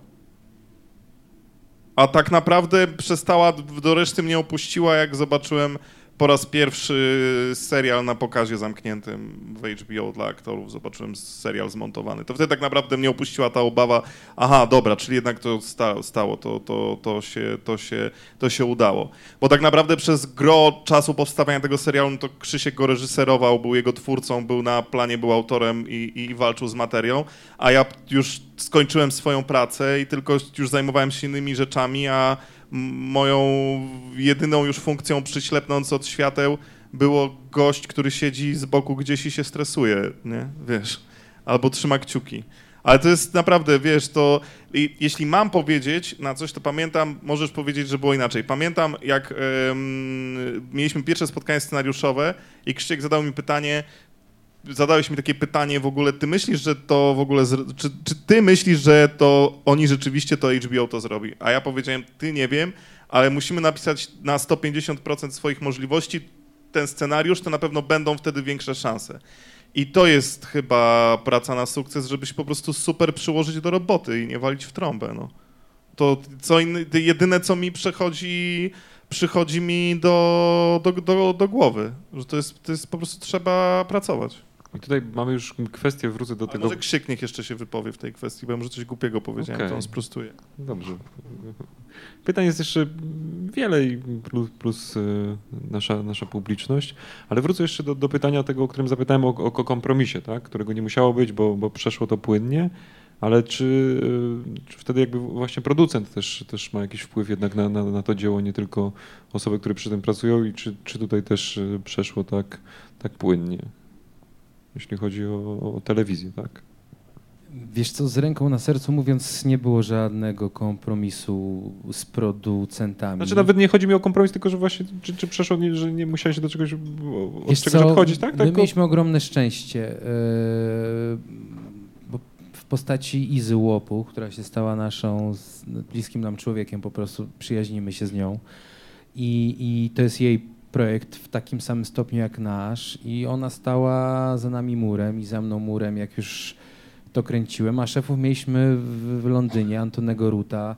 A tak naprawdę przestała, do reszty mnie opuściła, jak zobaczyłem po raz pierwszy serial na pokazie zamkniętym w H B O dla aktorów. Zobaczyłem serial zmontowany. To wtedy tak naprawdę mnie opuściła ta obawa, aha, dobra, czyli jednak to sta, stało, to, to, to, się, to, się, to się udało. Bo tak naprawdę przez gro czasu powstawania tego serialu, no to Krzysiek go reżyserował, był jego twórcą, był na planie, był autorem i, i walczył z materią, a ja już skończyłem swoją pracę i tylko już zajmowałem się innymi rzeczami, a moją jedyną już funkcją przy Ślepnąc od świateł było gość, który siedzi z boku gdzieś i się stresuje, nie? Wiesz, albo trzyma kciuki. Ale to jest naprawdę, wiesz, to i, jeśli mam powiedzieć na coś, to pamiętam, możesz powiedzieć, że było inaczej. Pamiętam, jak um, mieliśmy pierwsze spotkanie scenariuszowe i Krzysiek zadał mi pytanie, zadałeś mi takie pytanie w ogóle, ty myślisz, że to w ogóle, czy, czy ty myślisz, że to oni rzeczywiście to H B O to zrobi? A ja powiedziałem, ty nie wiem, ale musimy napisać na sto pięćdziesiąt procent swoich możliwości ten scenariusz, to na pewno będą wtedy większe szanse. I to jest chyba praca na sukces, żeby się po prostu super przyłożyć do roboty i nie walić w trąbę, no. To co inny, jedyne, co mi przychodzi, przychodzi mi do, do, do, do głowy, że to jest, to jest po prostu trzeba pracować. I tutaj mamy już kwestię, wrócę do A tego... może Krzyk niech jeszcze się wypowie w tej kwestii, bo ja może coś głupiego powiedziałem, Okay. to on sprostuje. Dobrze. Pytań jest jeszcze wiele i plus, plus nasza, nasza publiczność, ale wrócę jeszcze do, do pytania tego, o którym zapytałem, o, o kompromisie, tak? Którego nie musiało być, bo, bo przeszło to płynnie, ale czy, czy wtedy jakby właśnie producent też, też ma jakiś wpływ jednak na, na, na to dzieło, nie tylko osoby, które przy tym pracują i czy, czy tutaj też przeszło tak, tak płynnie, jeśli chodzi o, o telewizję, tak? Wiesz co, z ręką na sercu mówiąc, nie było żadnego kompromisu z producentami. Znaczy nawet nie chodzi mi o kompromis, tylko że właśnie czy, czy przeszło, nie, że nie musiałeś się do czegoś, od Wiesz czegoś co, odchodzić, tak? My tak mieliśmy ogromne szczęście, yy, bo w postaci Izy Łopuch, która się stała naszą z, bliskim nam człowiekiem, po prostu przyjaźnimy się z nią i, i to jest jej projekt w takim samym stopniu jak nasz i ona stała za nami murem i za mną murem, jak już to kręciłem, a szefów mieliśmy w, w Londynie, Antonego Ruta,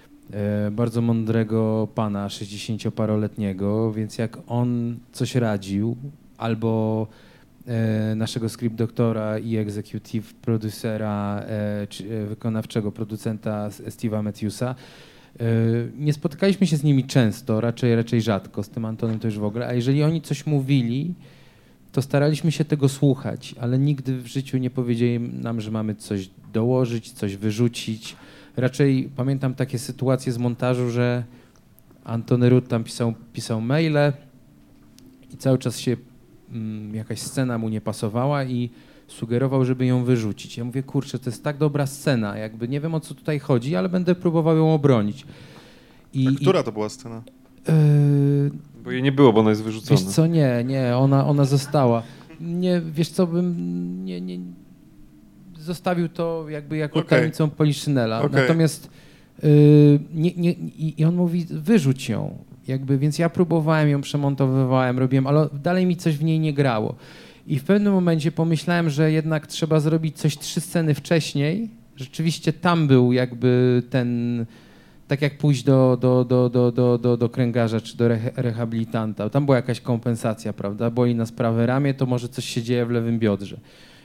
e, bardzo mądrego pana, sześćdziesięcioparoletniego, więc jak on coś radził, albo e, naszego script doktora i executive producera, e, czy, e, wykonawczego producenta Steve'a Matthewsa, e, nie spotykaliśmy się z nimi często, raczej, raczej rzadko, z tym Antonem to już w ogóle, a jeżeli oni coś mówili, to staraliśmy się tego słuchać, ale nigdy w życiu nie powiedzieli nam, że mamy coś dołożyć, coś wyrzucić. Raczej pamiętam takie sytuacje z montażu, że Antony Rut tam pisał, pisał maile i cały czas się mm, jakaś scena mu nie pasowała i sugerował, żeby ją wyrzucić. Ja mówię, kurczę, to jest tak dobra scena, jakby nie wiem, o co tutaj chodzi, ale będę próbował ją obronić. I, A która i, to była scena? Yy, Bo jej nie było, bo ona jest wyrzucona. Wiesz co, nie, nie, ona, ona została. Nie, wiesz co, bym nie, nie zostawił to jakby jako Okay. tajemnicą Poliszynela. Okay. Natomiast yy, nie, nie, i, i on mówi, wyrzuć ją. Jakby, więc ja próbowałem ją, przemontowywałem, robiłem, ale dalej mi coś w niej nie grało. I w pewnym momencie pomyślałem, że jednak trzeba zrobić coś trzy sceny wcześniej. Rzeczywiście tam był jakby ten... Tak jak pójść do, do, do, do, do, do, do kręgarza czy do reha- rehabilitanta. Tam była jakaś kompensacja, prawda? Boli nas prawe ramię, to może coś się dzieje w lewym biodrze.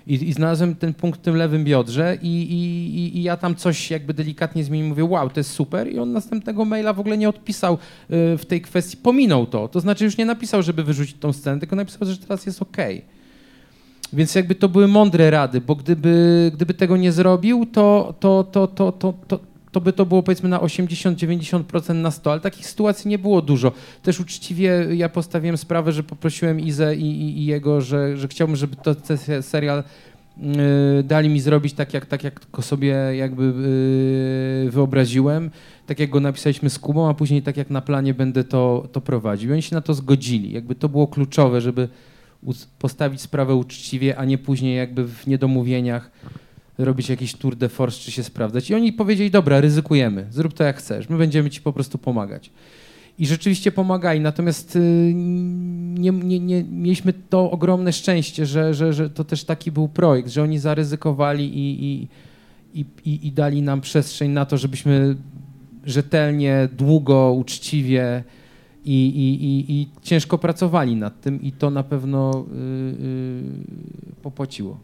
I, I znalazłem ten punkt w tym lewym biodrze i, i, i ja tam coś jakby delikatnie zmieniłem, mówię, wow, to jest super i on następnego maila w ogóle nie odpisał y, w tej kwestii, pominął to. To znaczy już nie napisał, żeby wyrzucić tą scenę, tylko napisał, że teraz jest okej. Więc jakby to były mądre rady, bo gdyby, gdyby tego nie zrobił, to, to, to, to, to, to, to by to było powiedzmy na osiemdziesiąt do dziewięćdziesięciu procent na sto, ale takich sytuacji nie było dużo. Też uczciwie ja postawiłem sprawę, że poprosiłem Izę i, i, i jego, że, że chciałbym, żeby to ten serial yy, dali mi zrobić tak, jak, tak jak go sobie jakby yy, wyobraziłem, tak jak go napisaliśmy z Kubą, a później tak jak na planie będę to, to prowadził. I oni się na to zgodzili. Jakby to było kluczowe, żeby postawić sprawę uczciwie, a nie później jakby w niedomówieniach robić jakiś tour de force, czy się sprawdzać. I oni powiedzieli, dobra, ryzykujemy, zrób to jak chcesz, my będziemy ci po prostu pomagać. I rzeczywiście pomagali, natomiast nie, nie, nie, mieliśmy to ogromne szczęście, że, że, że to też taki był projekt, że oni zaryzykowali i, i, i, i, i dali nam przestrzeń na to, żebyśmy rzetelnie, długo, uczciwie i, i, i, i ciężko pracowali nad tym i to na pewno yy, yy, popłaciło.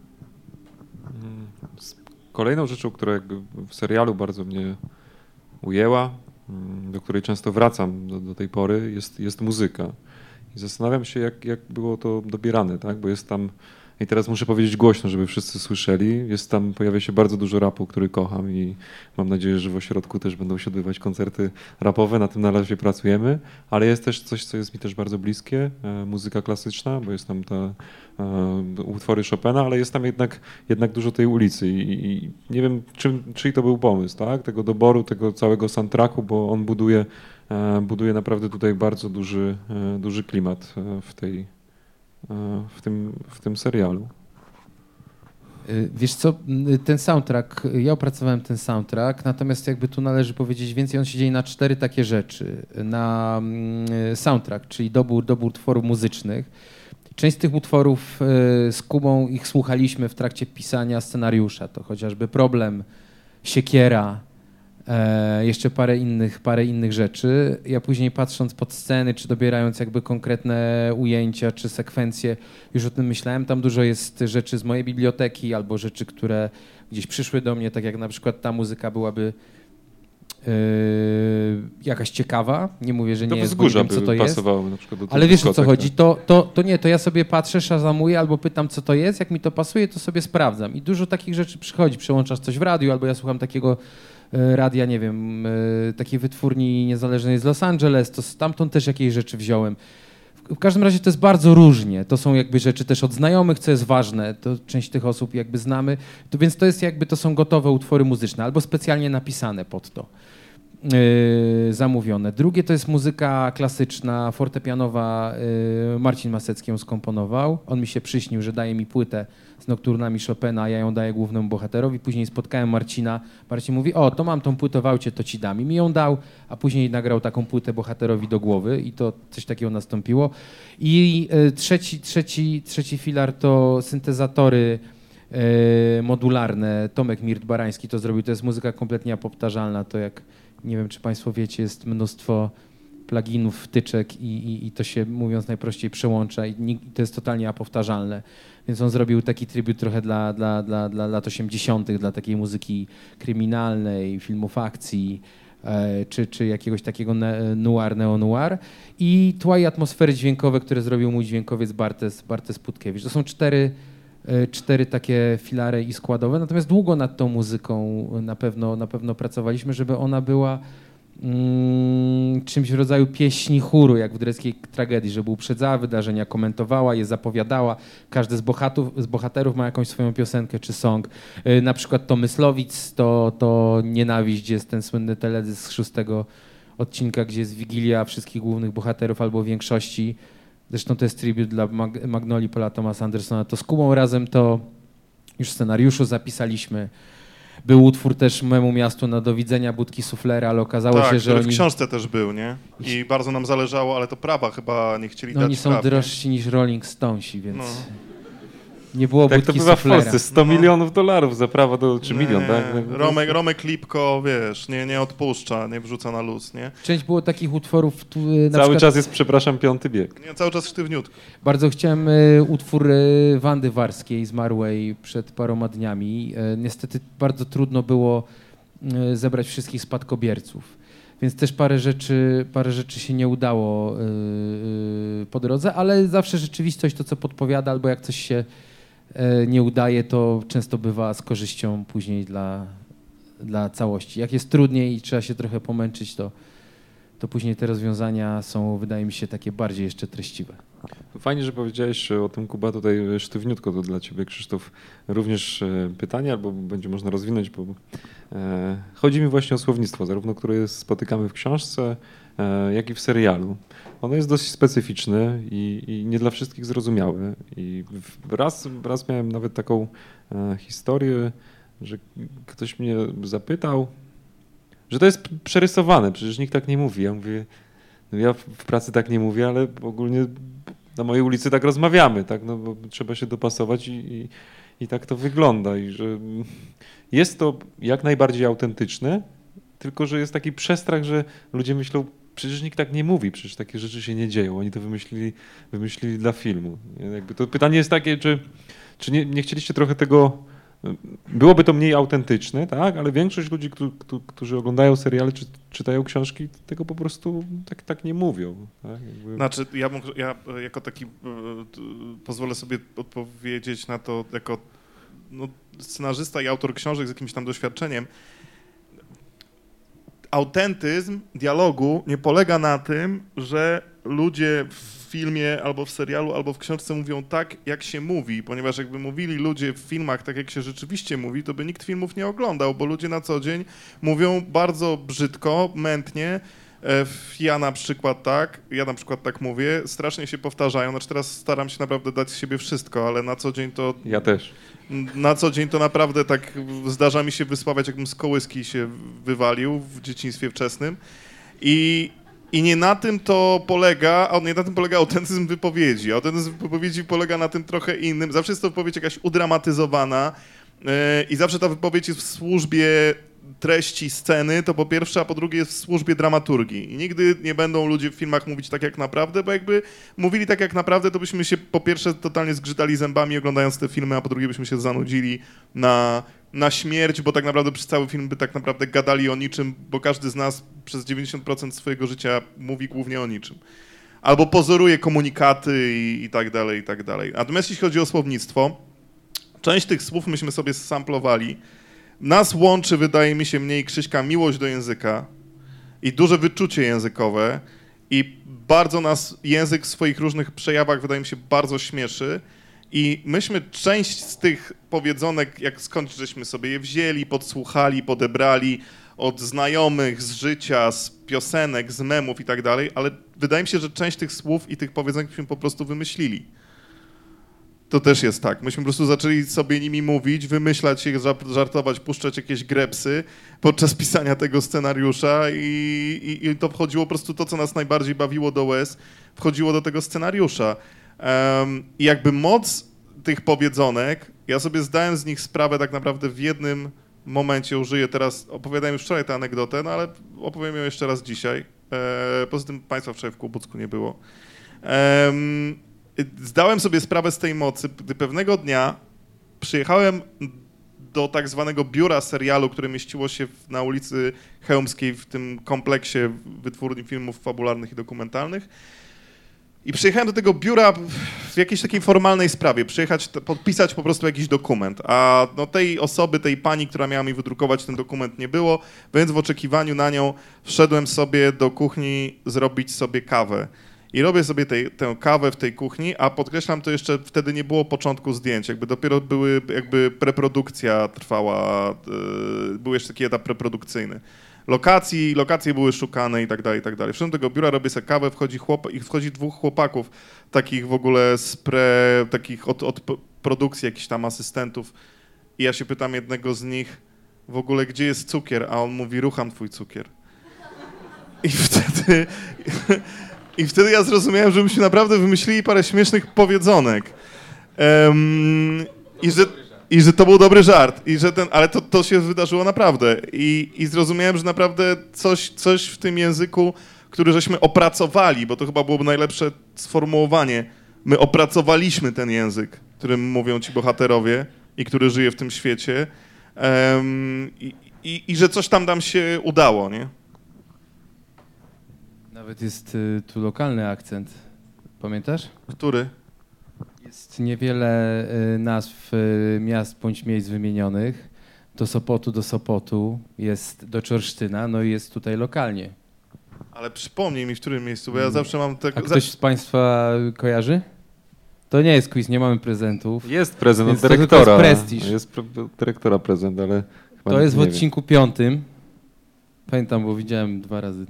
Kolejną rzeczą, która jakby w serialu bardzo mnie ujęła, do której często wracam do, do tej pory, jest, jest muzyka. I zastanawiam się, jak, jak było to dobierane, tak? Bo jest tam, i teraz muszę powiedzieć głośno, żeby wszyscy słyszeli, jest tam, pojawia się bardzo dużo rapu, który kocham i mam nadzieję, że w ośrodku też będą się odbywać koncerty rapowe, na tym na razie pracujemy, ale jest też coś, co jest mi też bardzo bliskie, e, muzyka klasyczna, bo jest tam ta e, utwory Chopina, ale jest tam jednak, jednak dużo tej ulicy i, i nie wiem, czym, czyj to był pomysł, tak? Tego doboru, tego całego soundtracku, bo on buduje, e, buduje naprawdę tutaj bardzo duży, e, duży klimat e, w tej w tym, w tym serialu. Wiesz co, ten soundtrack, ja opracowałem ten soundtrack, natomiast jakby tu należy powiedzieć więcej, on się dzieje na cztery takie rzeczy. Na soundtrack, czyli dobór, dobór utworów muzycznych. Część z tych utworów z Kubą ich słuchaliśmy w trakcie pisania scenariusza. To chociażby Problem, Siekiera, E, jeszcze parę innych, parę innych rzeczy. Ja później patrząc pod sceny, czy dobierając jakby konkretne ujęcia, czy sekwencje, już o tym myślałem. Tam dużo jest rzeczy z mojej biblioteki albo rzeczy, które gdzieś przyszły do mnie, tak jak na przykład ta muzyka byłaby e, jakaś ciekawa. Nie mówię, że nie jest, bo nie wiem, co to jest. Na przykład do ale wiesz, o co chodzi? To, to, to nie, to ja sobie patrzę, szazamuję albo pytam, co to jest. Jak mi to pasuje, to sobie sprawdzam. I dużo takich rzeczy przychodzi. Przełączasz coś w radiu, albo ja słucham takiego radia, nie wiem, takiej wytwórni niezależnej z Los Angeles, to stamtąd też jakieś rzeczy wziąłem. W każdym razie to jest bardzo różnie. To są jakby rzeczy też od znajomych, co jest ważne. To część tych osób jakby znamy. To więc to jest jakby, to są gotowe utwory muzyczne albo specjalnie napisane pod to. Yy, zamówione. Drugie to jest muzyka klasyczna, fortepianowa. Yy, Marcin Masecki ją skomponował. On mi się przyśnił, że daje mi płytę z nokturnami Chopina, a ja ją daję głównemu bohaterowi. Później spotkałem Marcina. Marcin mówi, o, to mam tą płytę w aucie, to ci dam. I mi ją dał, a później nagrał taką płytę bohaterowi do głowy i to coś takiego nastąpiło. I yy, trzeci, trzeci, trzeci filar to syntezatory yy, modularne. Tomek Mirt-Barański to zrobił. To jest muzyka kompletnie apowtarzalna. To jak nie wiem, czy państwo wiecie, jest mnóstwo pluginów, wtyczek i, i, i to się, mówiąc najprościej, przełącza i, i to jest totalnie apowtarzalne. Więc on zrobił taki tribut trochę dla, dla, dla, dla lat osiemdziesiątych, dla takiej muzyki kryminalnej, filmów akcji, e, czy, czy jakiegoś takiego ne, noir, neo-noir. I tła i atmosfery dźwiękowe, które zrobił mój dźwiękowiec Bartes, Bartes Putkiewicz. To są cztery cztery takie filary i składowe, natomiast długo nad tą muzyką na pewno, na pewno pracowaliśmy, żeby ona była mm, czymś w rodzaju pieśni chóru, jak w greckiej tragedii, żeby uprzedzała wydarzenia, komentowała je, zapowiadała. Każdy z, bohatów, z bohaterów ma jakąś swoją piosenkę czy song. Yy, na przykład to Myslowic, to, to Nienawiść, jest ten słynny teledysk z szóstego odcinka, gdzie jest wigilia wszystkich głównych bohaterów albo większości. Zresztą to jest tribut dla Mag- Magnolii Paula Thomasa Andersona. To z Kubą razem to już w scenariuszu zapisaliśmy. Był utwór też Memu Miastu na Do widzenia Budki Suflera, ale okazało tak, się, że który oni... w książce też był, nie? I bardzo nam zależało, ale to prawa chyba nie chcieli no, dać oni są praw, drożsi niż Rolling Stonesi, więc... No. Nie było Tak to budki bywa w suflera. Polsce, sto No. milionów dolarów za prawa do, czy milion, Nie, tak? Romek, Romek Lipko, wiesz, nie, nie odpuszcza, nie wrzuca na luz, nie? Część było takich utworów, tu, na Cały przykład czas jest, przepraszam, piąty bieg. Nie, cały czas sztywniutko. bardzo chciałem y, utwór y, Wandy Warskiej, zmarłej przed paroma dniami. Y, niestety bardzo trudno było y, zebrać wszystkich spadkobierców, więc też parę rzeczy, parę rzeczy się nie udało y, y, po drodze, ale zawsze rzeczywistość to, co podpowiada, albo jak coś się y, nie udaje, to często bywa z korzyścią później dla, dla całości. Jak jest trudniej i trzeba się trochę pomęczyć, to, to później te rozwiązania są, wydaje mi się, takie bardziej jeszcze treściwe. Fajnie, że powiedziałeś o tym, Kuba, tutaj sztywniutko to dla ciebie, Krzysztof, również e, pytanie, albo będzie można rozwinąć, bo e, chodzi mi właśnie o słownictwo, zarówno które spotykamy w książce, e, jak i w serialu. Ono jest dość specyficzne i, i nie dla wszystkich zrozumiałe. I w- raz, raz miałem nawet taką e, historię, że ktoś mnie zapytał, że to jest p- przerysowane, przecież nikt tak nie mówi. Ja mówię, no ja w w pracy tak nie mówię, ale ogólnie na mojej ulicy tak rozmawiamy, tak? No, bo trzeba się dopasować i, i, i tak to wygląda. I że jest to jak najbardziej autentyczne, tylko że jest taki przestrach, że ludzie myślą, przecież nikt tak nie mówi, przecież takie rzeczy się nie dzieją. Oni to wymyślili, wymyślili dla filmu. Nie? Jakby to pytanie jest takie, czy, czy nie, nie chcieliście trochę tego... Byłoby to mniej autentyczne, tak, ale większość ludzi, którzy, którzy oglądają seriale czy czytają książki, tego po prostu tak, tak nie mówią. Tak? Jakby... Znaczy, ja, mógł, ja jako taki e, t- pozwolę sobie odpowiedzieć na to jako no, scenarzysta i autor książek z jakimś tam doświadczeniem. Autentyzm dialogu nie polega na tym, że ludzie w filmie albo w serialu, albo w książce mówią tak, jak się mówi, ponieważ jakby mówili ludzie w filmach tak, jak się rzeczywiście mówi, to by nikt filmów nie oglądał, bo ludzie na co dzień mówią bardzo brzydko, mętnie. E, Ja na przykład tak, ja na przykład tak mówię, strasznie się powtarzają, znaczy teraz staram się naprawdę dać z siebie wszystko, ale na co dzień to Ja też. na co dzień to naprawdę tak zdarza mi się wysławiać, jakbym z kołyski się wywalił w dzieciństwie wczesnym. I, i nie na tym to polega, a nie na tym polega autentyzm wypowiedzi. Autentyzm wypowiedzi polega na tym trochę innym. Zawsze jest to wypowiedź jakaś udramatyzowana yy, i zawsze ta wypowiedź jest w służbie treści sceny, to po pierwsze, a po drugie jest w służbie dramaturgii. I nigdy nie będą ludzie w filmach mówić tak jak naprawdę, bo jakby mówili tak jak naprawdę, to byśmy się po pierwsze totalnie zgrzytali zębami oglądając te filmy, a po drugie byśmy się zanudzili na, na śmierć, bo tak naprawdę przez cały film by tak naprawdę gadali o niczym, bo każdy z nas przez dziewięćdziesiąt procent swojego życia mówi głównie o niczym. Albo pozoruje komunikaty i, i tak dalej, i tak dalej. Natomiast jeśli chodzi o słownictwo, część tych słów myśmy sobie samplowali. Nas łączy, wydaje mi się, mnie i Krzyśka, miłość do języka i duże wyczucie językowe i bardzo nas język w swoich różnych przejawach, wydaje mi się, bardzo śmieszy i myśmy część z tych powiedzonek, jak skąd żeśmy sobie je wzięli, podsłuchali, podebrali od znajomych, z życia, z piosenek, z memów i tak dalej, ale wydaje mi się, że część tych słów i tych powiedzonek myśmy po prostu wymyślili. To też jest tak. Myśmy po prostu zaczęli sobie nimi mówić, wymyślać je, żartować, puszczać jakieś grepsy podczas pisania tego scenariusza i, i, i to wchodziło po prostu to, co nas najbardziej bawiło do łez, wchodziło do tego scenariusza. Um, I jakby moc tych powiedzonek, ja sobie zdałem z nich sprawę tak naprawdę w jednym momencie, użyję teraz, opowiadałem już wczoraj tę anegdotę, no ale opowiem ją jeszcze raz dzisiaj. E, poza tym państwa wczoraj w Kłobucku nie było. Um, Zdałem sobie sprawę z tej mocy, gdy pewnego dnia przyjechałem do tak zwanego biura serialu, które mieściło się w, na ulicy Chełmskiej w tym kompleksie wytwórni filmów fabularnych i dokumentalnych. I przyjechałem do tego biura w jakiejś takiej formalnej sprawie, przyjechać, podpisać po prostu jakiś dokument, a no tej osoby, tej pani, która miała mi wydrukować ten dokument, nie było, więc w oczekiwaniu na nią wszedłem sobie do kuchni zrobić sobie kawę. I robię sobie tej, tę kawę w tej kuchni, a podkreślam, to jeszcze wtedy nie było początku zdjęć, jakby dopiero były, jakby preprodukcja trwała, yy, był jeszcze taki etap preprodukcyjny. Lokacji, lokacje były szukane i tak dalej, i tak dalej. Wszedłem do tego biura, robię sobie kawę, wchodzi chłop, i wchodzi dwóch chłopaków, takich w ogóle z pre, takich od, od produkcji, jakichś tam asystentów. I ja się pytam jednego z nich, w ogóle gdzie jest cukier, a on mówi, rucham twój cukier. I wtedy... I wtedy ja zrozumiałem, że myśmy naprawdę wymyślili parę śmiesznych powiedzonek. Um, i, że, I że to był dobry żart, i że ten, ale to, to się wydarzyło naprawdę. I, i zrozumiałem, że naprawdę coś, coś w tym języku, który żeśmy opracowali, bo to chyba byłoby najlepsze sformułowanie, my opracowaliśmy ten język, którym mówią ci bohaterowie i który żyje w tym świecie. Um, i, i, I że coś tam nam się udało, nie? Nawet jest y, tu lokalny akcent. Pamiętasz? Który? Jest niewiele y, nazw y, miast bądź miejsc wymienionych. Do Sopotu, do Sopotu, jest do Czorsztyna, no i jest tutaj lokalnie. Ale przypomnij mi, w którym miejscu, bo ja zawsze mam A tego... ktoś z Państwa kojarzy? To nie jest quiz, nie mamy prezentów. Jest prezent Więc od to tylko dyrektora. jest prestiż. Jest pre- dyrektora prezent, ale chyba To nikt jest w nie wie. odcinku piątym. Pamiętam, bo widziałem dwa razy.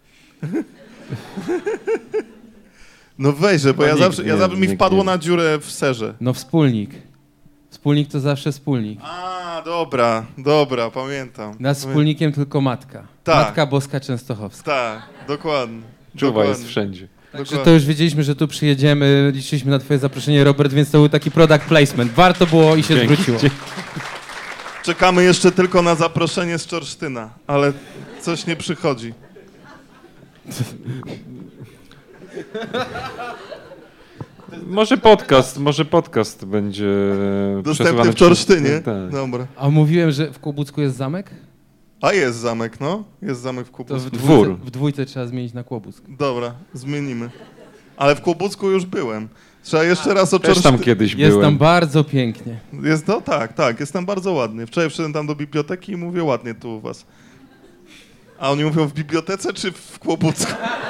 No weźże, bo No ja nikt zawsze, ja nie- zawsze mi nikt wpadło nie- na dziurę w serze. No wspólnik. Wspólnik to zawsze wspólnik. A, dobra, dobra, pamiętam. Nad Pamię- wspólnikiem tylko matka. Tak. Matka Boska Częstochowska. Tak, dokładnie. Czuwa dokładnie, jest wszędzie. Także to już wiedzieliśmy, że tu przyjedziemy, liczyliśmy na twoje zaproszenie, Robert, więc to był taki product placement. Warto było i się Dzięki, zwróciło. dzięki. Czekamy jeszcze tylko na zaproszenie z Czorsztyna, ale coś nie przychodzi. Może podcast, może podcast będzie Dostępny przesuwany w Czorsztynie? Tak. Dobra. A mówiłem, że w Kłobucku jest zamek? A jest zamek, no. Jest zamek w To Kłobucku. w Dwór. dwójce, w dwójce trzeba zmienić na Kłobuck. Dobra, zmienimy. Ale w Kłobucku już byłem. Trzeba jeszcze raz o Też tam Czorsztynie. kiedyś Jest byłem. tam bardzo pięknie. Jest, no tak, tak, jest tam bardzo ładnie. Wczoraj wszedłem tam do biblioteki i mówię ładnie tu u was. A oni mówią w bibliotece czy w Kłobucku?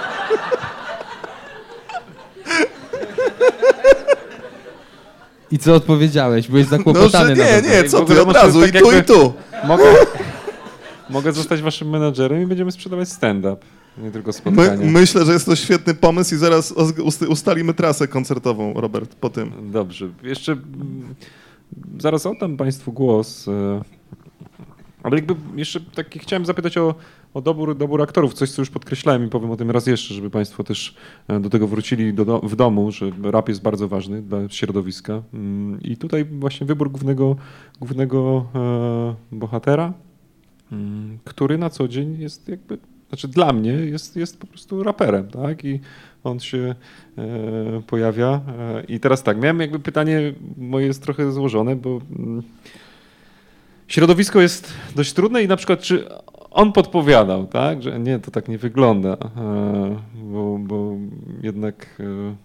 I co odpowiedziałeś? Byłeś No, że zakłopotany nie, nawet. nie, co W ogóle ty, od może razu, tak i tu, jakby- i tu. Mogę, mogę zostać waszym menadżerem i będziemy sprzedawać stand-up, nie tylko My, spotkania. myślę, że jest to świetny pomysł i zaraz ust- ustalimy trasę koncertową, Robert, po tym. Dobrze. Jeszcze mm, zaraz oddam państwu głos, e, ale jakby jeszcze tak chciałem zapytać o, o dobór, dobór aktorów, coś co już podkreślałem i powiem o tym raz jeszcze, żeby państwo też e, do tego wrócili do, do, w domu, że rap jest bardzo ważny dla środowiska. Mm, I tutaj właśnie wybór głównego, głównego e, bohatera, mm, który na co dzień jest jakby, znaczy dla mnie jest, jest po prostu raperem, tak? I on się e, pojawia. E, I teraz tak, miałem jakby pytanie, moje jest trochę złożone, bo mm, środowisko jest dość trudne i na przykład czy on podpowiadał, tak, że nie, to tak nie wygląda, e, bo, bo jednak e,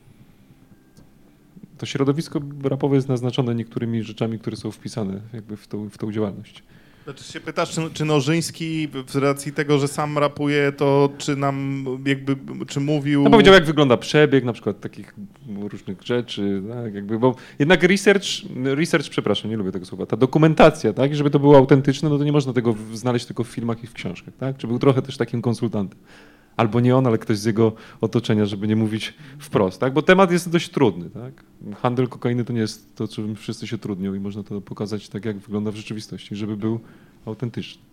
to środowisko rapowe jest naznaczone niektórymi rzeczami, które są wpisane jakby w tą, w tą działalność. Znaczy się pytasz, czy, czy Nożyński z racji tego, że sam rapuje, to czy nam jakby, czy mówił... No powiedział, jak wygląda przebieg na przykład takich różnych rzeczy, tak, jakby, bo jednak research, research, przepraszam, nie lubię tego słowa, ta dokumentacja, tak, i żeby to było autentyczne, no to nie można tego w- znaleźć tylko w filmach i w książkach, tak, czy był trochę też takim konsultantem. Albo nie on, ale ktoś z jego otoczenia, żeby nie mówić wprost, tak, bo temat jest dość trudny, tak. Handel kokainy to nie jest to, czym wszyscy się trudnią i można to pokazać tak, jak wygląda w rzeczywistości, żeby był autentyczny.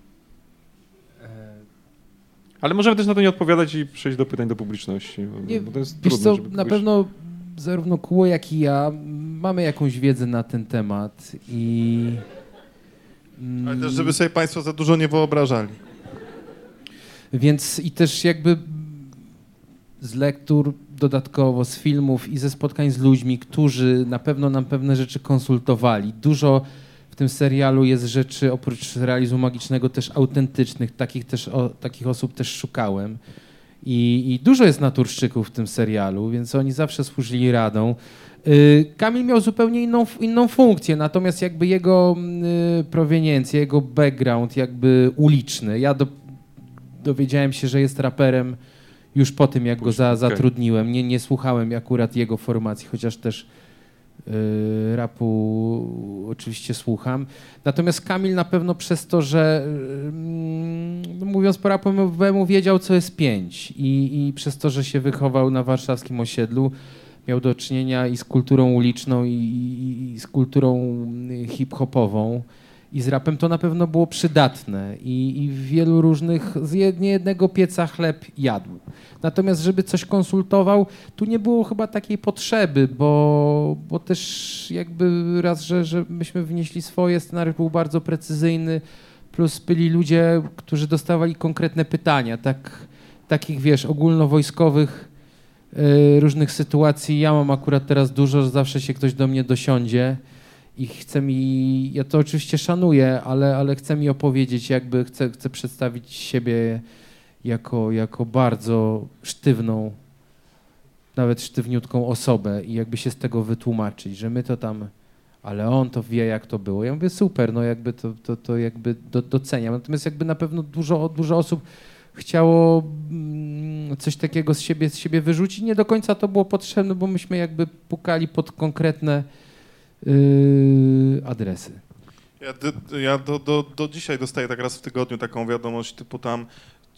Ale możemy też na to nie odpowiadać i przejść do pytań do publiczności, bo, Nie, bo to jest wiesz trudne, co, żeby na kogoś... pewno zarówno Kuło, jak i ja mamy jakąś wiedzę na ten temat i... mm, Ale też, żeby sobie państwo za dużo nie wyobrażali. Więc i też jakby z lektur dodatkowo, z filmów i ze spotkań z ludźmi, którzy na pewno nam pewne rzeczy konsultowali. Dużo w tym serialu jest rzeczy, oprócz realizmu magicznego, też autentycznych. Takich, też, o, takich osób też szukałem. I, I dużo jest naturszczyków w tym serialu, więc oni zawsze służyli radą. Y, Kamil miał zupełnie inną, inną funkcję, natomiast jakby jego y, proweniencję, jego background jakby uliczny. Ja do, dowiedziałem się, że jest raperem już po tym, jak go za, Okej. zatrudniłem. Nie, nie słuchałem akurat jego formacji, chociaż też y, rapu oczywiście słucham. Natomiast Kamil na pewno przez to, że y, y, mówiąc po rapowemu wiedział, co jest pięć i, i przez to, że się wychował na warszawskim osiedlu, miał do czynienia i z kulturą uliczną, i, i, i z kulturą hip-hopową. i z rapem, to na pewno było przydatne i, i w wielu różnych, z jed, niejednego pieca chleb jadł. Natomiast żeby coś konsultował, tu nie było chyba takiej potrzeby, bo, bo też jakby raz, że, że myśmy wnieśli swoje, scenariusz był bardzo precyzyjny, plus byli ludzie, którzy dostawali konkretne pytania, tak, takich wiesz, ogólnowojskowych y, różnych sytuacji. Ja mam akurat teraz dużo, że zawsze się ktoś do mnie dosiądzie i chce mi, ja to oczywiście szanuję, ale, ale chce mi opowiedzieć, jakby chcę, chcę przedstawić siebie jako, jako bardzo sztywną, nawet sztywniutką osobę i jakby się z tego wytłumaczyć, że my to tam, ale on to wie, jak to było. Ja mówię, super, no jakby to, to, to jakby do, doceniam. Natomiast jakby na pewno dużo, dużo osób chciało mm, coś takiego z siebie, z siebie wyrzucić. Nie do końca to było potrzebne, bo myśmy jakby pukali pod konkretne Yy, adresy. Ja, do, ja do, do, do dzisiaj dostaję tak raz w tygodniu taką wiadomość typu tam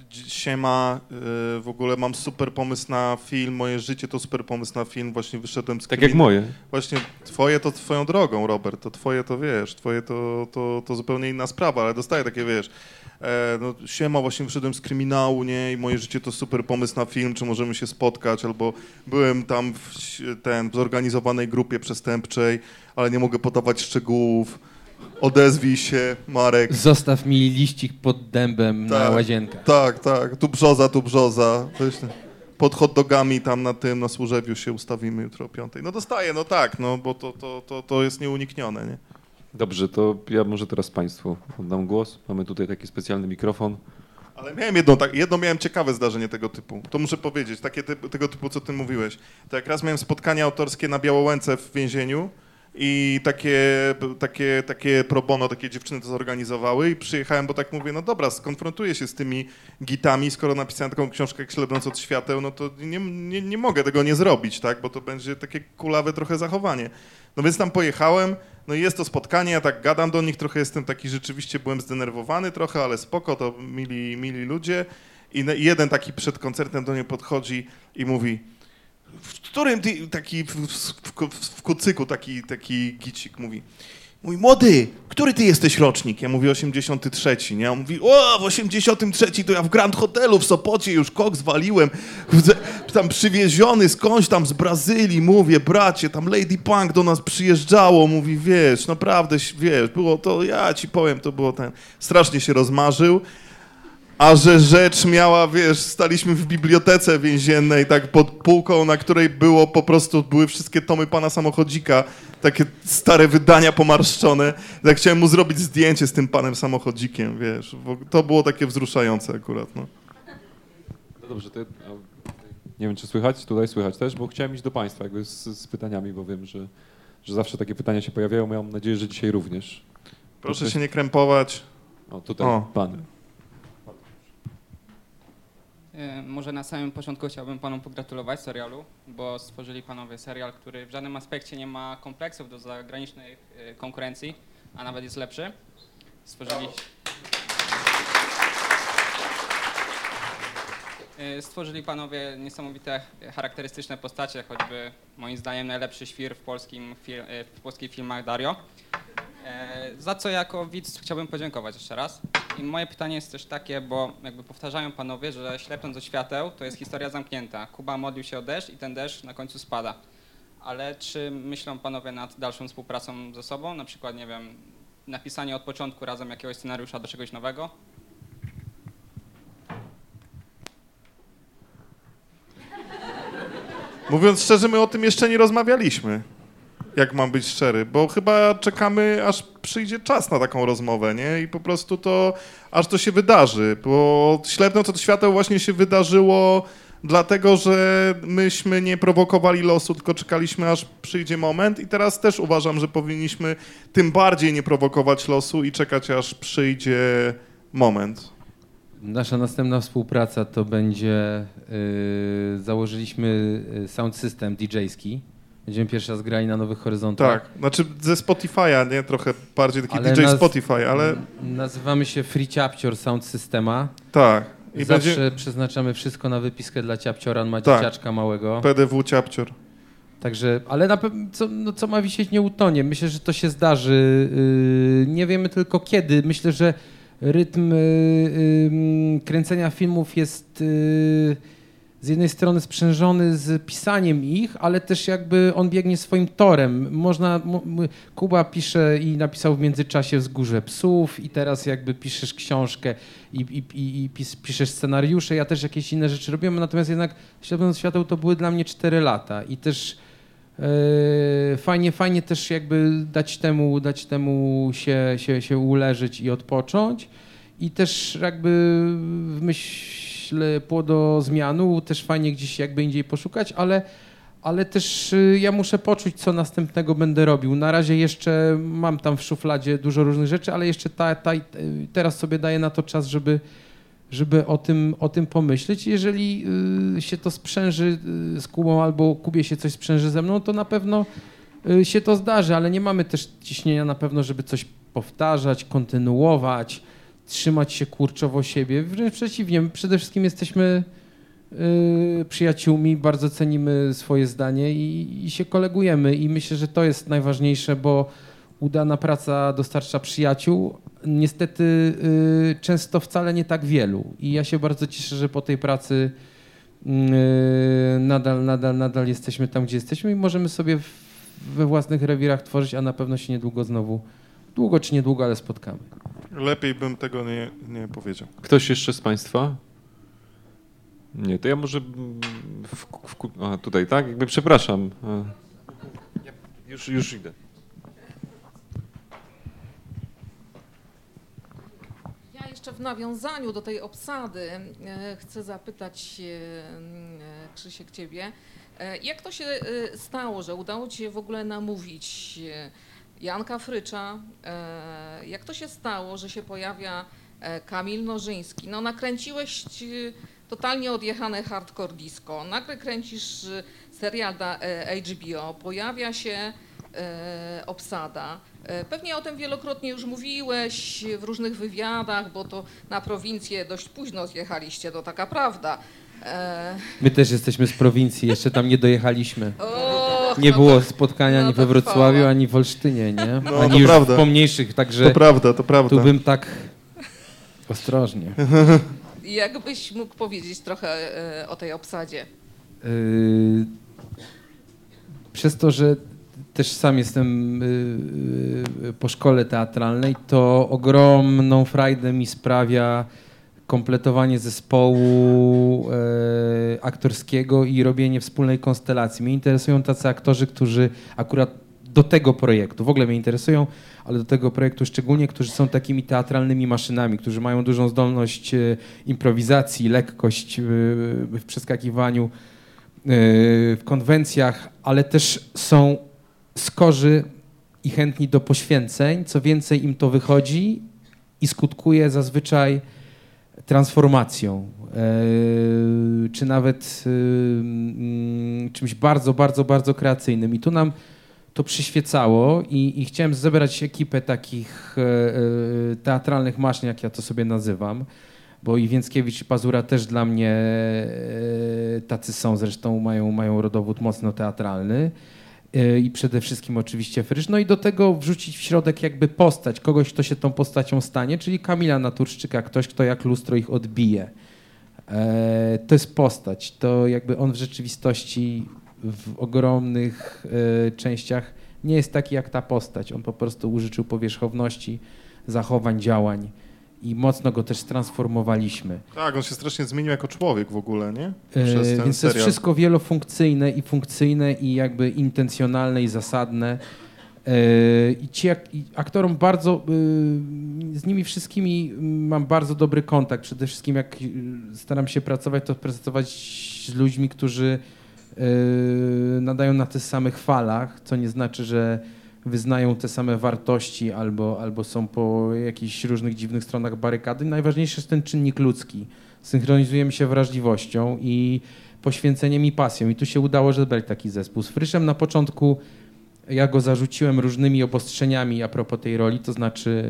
siema, yy, w ogóle mam super pomysł na film, moje życie to super pomysł na film, właśnie wyszedłem z Tak jak moje. Właśnie twoje to twoją drogą, Robert, to twoje to wiesz, twoje to, to, to zupełnie inna sprawa, ale dostaję takie, wiesz, e, no siema, właśnie wyszedłem z kryminału, nie, i moje życie to super pomysł na film, czy możemy się spotkać, albo byłem tam w ten, w zorganizowanej grupie przestępczej, ale nie mogę podawać szczegółów, odezwij się, Marek. Zostaw mi liścik pod dębem tak, na łazienkę. Tak, tak, tu brzoza, tu brzoza. Pod hot dogami tam na tym, na Służewiu się ustawimy jutro o piątej. No dostaję, no tak, no bo to, to, to, to jest nieuniknione, nie? Dobrze, to ja może teraz Państwu oddam głos. Mamy tutaj taki specjalny mikrofon. Ale miałem jedno, tak, jedno miałem ciekawe zdarzenie tego typu. To muszę powiedzieć, takie typ, tego typu, co ty mówiłeś. To jak raz miałem spotkanie autorskie na Białołęce w więzieniu i takie, takie, takie pro bono, takie dziewczyny to zorganizowały i przyjechałem, bo tak mówię, no dobra, skonfrontuję się z tymi gitami, skoro napisałem taką książkę jak Śledząc od świateł, no to nie, nie, nie mogę tego nie zrobić, tak, bo to będzie takie kulawe trochę zachowanie. No więc tam pojechałem, no i jest to spotkanie, ja tak gadam do nich, trochę jestem taki, rzeczywiście byłem zdenerwowany trochę, ale spoko, to mili, mili ludzie i jeden taki przed koncertem do mnie podchodzi i mówi: w którym ty, taki w, w, w kucyku taki, taki gicik mówi: mój młody, który ty jesteś rocznik? Ja mówię osiemdziesiąty trzeci, nie? On mówi: o, w osiemdziesiątym trzecim to ja w Grand Hotelu w Sopocie już koks waliłem, tam przywieziony skądś tam z Brazylii, mówię, bracie, tam Lady Punk do nas przyjeżdżało, mówi, wiesz, naprawdę, wiesz, było to, ja ci powiem, to było ten, strasznie się rozmarzył. A że rzecz miała, wiesz, staliśmy w bibliotece więziennej, tak pod półką, na której było po prostu, były wszystkie tomy pana Samochodzika, takie stare wydania pomarszczone. Tak chciałem mu zrobić zdjęcie z tym panem Samochodzikiem, wiesz, bo to było takie wzruszające akurat, no. No dobrze, to nie wiem, czy słychać, tutaj słychać też, bo chciałem iść do Państwa jakby z, z pytaniami, bo wiem, że, że zawsze takie pytania się pojawiają, mam nadzieję, że dzisiaj również. Proszę to się nie krępować. O, tutaj o. pan. Może na samym początku chciałbym panom pogratulować serialu, bo stworzyli panowie serial, który w żadnym aspekcie nie ma kompleksów do zagranicznej konkurencji, a nawet jest lepszy. Stworzyli, stworzyli panowie niesamowite, charakterystyczne postacie, choćby moim zdaniem najlepszy świr w, polskim, w polskich filmach Dario. Za co jako widz chciałbym podziękować jeszcze raz. I moje pytanie jest też takie, bo jakby powtarzają panowie, że Śledząc od świateł to jest historia zamknięta. Kuba modlił się o deszcz i ten deszcz na końcu spada. Ale czy myślą panowie nad dalszą współpracą ze sobą? Na przykład, nie wiem, napisanie od początku razem jakiegoś scenariusza do czegoś nowego? Mówiąc szczerze, my o tym jeszcze nie rozmawialiśmy. Jak mam być szczery, bo chyba czekamy, aż przyjdzie czas na taką rozmowę, nie? I po prostu to, aż to się wydarzy, bo Śledząc od świateł właśnie się wydarzyło dlatego, że myśmy nie prowokowali losu, tylko czekaliśmy, aż przyjdzie moment i teraz też uważam, że powinniśmy tym bardziej nie prowokować losu i czekać, aż przyjdzie moment. Nasza następna współpraca to będzie, yy, założyliśmy sound system didżejski. Będziemy pierwszy raz grali na Nowych Horyzontach. Tak, znaczy ze Spotify'a, nie? Trochę bardziej taki ale D J naz- Spotify, ale... Nazywamy się Free Ciapcior Sound Systema. Tak. I zawsze będzie... przeznaczamy wszystko na wypiskę dla Ciapciora, on ma tak. dzieciaczka małego. P D W Ciapcior. Także, ale na pewno, co, no, co ma wisieć, nie utonie. Myślę, że to się zdarzy. Yy, nie wiemy tylko kiedy. Myślę, że rytm yy, yy, kręcenia filmów jest yy, z jednej strony sprzężony z pisaniem ich, ale też jakby on biegnie swoim torem. Można, m- Kuba pisze i napisał w międzyczasie Wzgórze Psów i teraz jakby piszesz książkę i, i, i, i pis, piszesz scenariusze. Ja też jakieś inne rzeczy robiłem, natomiast jednak Śledząc świateł to były dla mnie cztery lata i też yy, fajnie, fajnie też jakby dać temu, dać temu się, się, się uleżeć i odpocząć i też jakby w myśl płodozmianu też fajnie gdzieś jakby indziej poszukać, ale, ale też ja muszę poczuć, co następnego będę robił. Na razie jeszcze mam tam w szufladzie dużo różnych rzeczy, ale jeszcze ta, ta, teraz sobie daję na to czas, żeby, żeby o tym, o tym pomyśleć. Jeżeli się to sprzęży z Kubą albo Kubie się coś sprzęży ze mną, to na pewno się to zdarzy, ale nie mamy też ciśnienia na pewno, żeby coś powtarzać, kontynuować, trzymać się kurczowo siebie. Wręcz przeciwnie, przede wszystkim jesteśmy y, przyjaciółmi, bardzo cenimy swoje zdanie i, i się kolegujemy i myślę, że to jest najważniejsze, bo udana praca dostarcza przyjaciół. Niestety y, często wcale nie tak wielu i ja się bardzo cieszę, że po tej pracy y, nadal, nadal, nadal jesteśmy tam, gdzie jesteśmy i możemy sobie w, we własnych rewirach tworzyć, a na pewno się niedługo znowu, długo czy niedługo, ale spotkamy. Lepiej bym tego nie, nie powiedział. Ktoś jeszcze z Państwa? Nie, to ja może w, w, a, tutaj, tak? Jakby przepraszam. Już, już idę. Ja jeszcze w nawiązaniu do tej obsady e, chcę zapytać e, Krzysiek ciebie, e, jak to się e, stało, że udało ci się w ogóle namówić e, Janka Frycza, e, jak to się stało, że się pojawia e, Kamil Nożyński? No nakręciłeś e, totalnie odjechane hardcore disco, nagle kręcisz e, serial na e, H B O, pojawia się e, obsada. E, pewnie o tym wielokrotnie już mówiłeś w różnych wywiadach, bo to na prowincję dość późno zjechaliście, to taka prawda. E, My też jesteśmy z prowincji, jeszcze tam nie dojechaliśmy. och, Nie no było to- spotkania no ani to we Wrocławiu, chwała. ani w Olsztynie, nie? No, ani to już prawda. w pomniejszych, To także prawda, to prawda. tu bym tak ostrożnie. Jakbyś mógł powiedzieć trochę e, o tej obsadzie? Yy, przez to, że też sam jestem yy, po szkole teatralnej, to ogromną frajdę mi sprawia kompletowanie zespołu yy, aktorskiego i robienie wspólnej konstelacji. Mnie interesują tacy aktorzy, którzy akurat do tego projektu, w ogóle mnie interesują, ale do tego projektu szczególnie, którzy są takimi teatralnymi maszynami, którzy mają dużą zdolność yy, improwizacji, lekkość yy, w przeskakiwaniu w konwencjach, ale też są skorzy i chętni do poświęceń. Co więcej, im to wychodzi i skutkuje zazwyczaj transformacją, e, czy nawet e, czymś bardzo, bardzo, bardzo kreacyjnym. I tu nam to przyświecało i, i chciałem zebrać ekipę takich e, teatralnych maszyn, jak ja to sobie nazywam, bo i Więckiewicz i Pazura też dla mnie e, tacy są, zresztą mają, mają rodowód mocno teatralny e, i przede wszystkim oczywiście Frycz. No i do tego wrzucić w środek jakby postać, kogoś, kto się tą postacią stanie, czyli Kamila Naturszczyka, ktoś, kto jak lustro ich odbije. E, to jest postać, to jakby on w rzeczywistości w ogromnych e, częściach nie jest taki jak ta postać. On po prostu użyczył powierzchowności, zachowań, działań. I mocno go też transformowaliśmy. Tak, on się strasznie zmienił jako człowiek w ogóle, nie? E, Przez ten więc to jest serial. wszystko wielofunkcyjne i funkcyjne i jakby intencjonalne i zasadne. E, I ci ak- i aktorom bardzo, e, z nimi wszystkimi mam bardzo dobry kontakt. Przede wszystkim jak e, staram się pracować, to pracować z ludźmi, którzy e, nadają na tych samych falach, co nie znaczy, że wyznają te same wartości albo, albo są po jakichś różnych dziwnych stronach barykady. Najważniejszy jest ten czynnik ludzki. Synchronizujemy się wrażliwością i poświęceniem i pasją. I tu się udało zebrać taki zespół. Z Fryszem na początku ja go zarzuciłem różnymi obostrzeniami a propos tej roli, to znaczy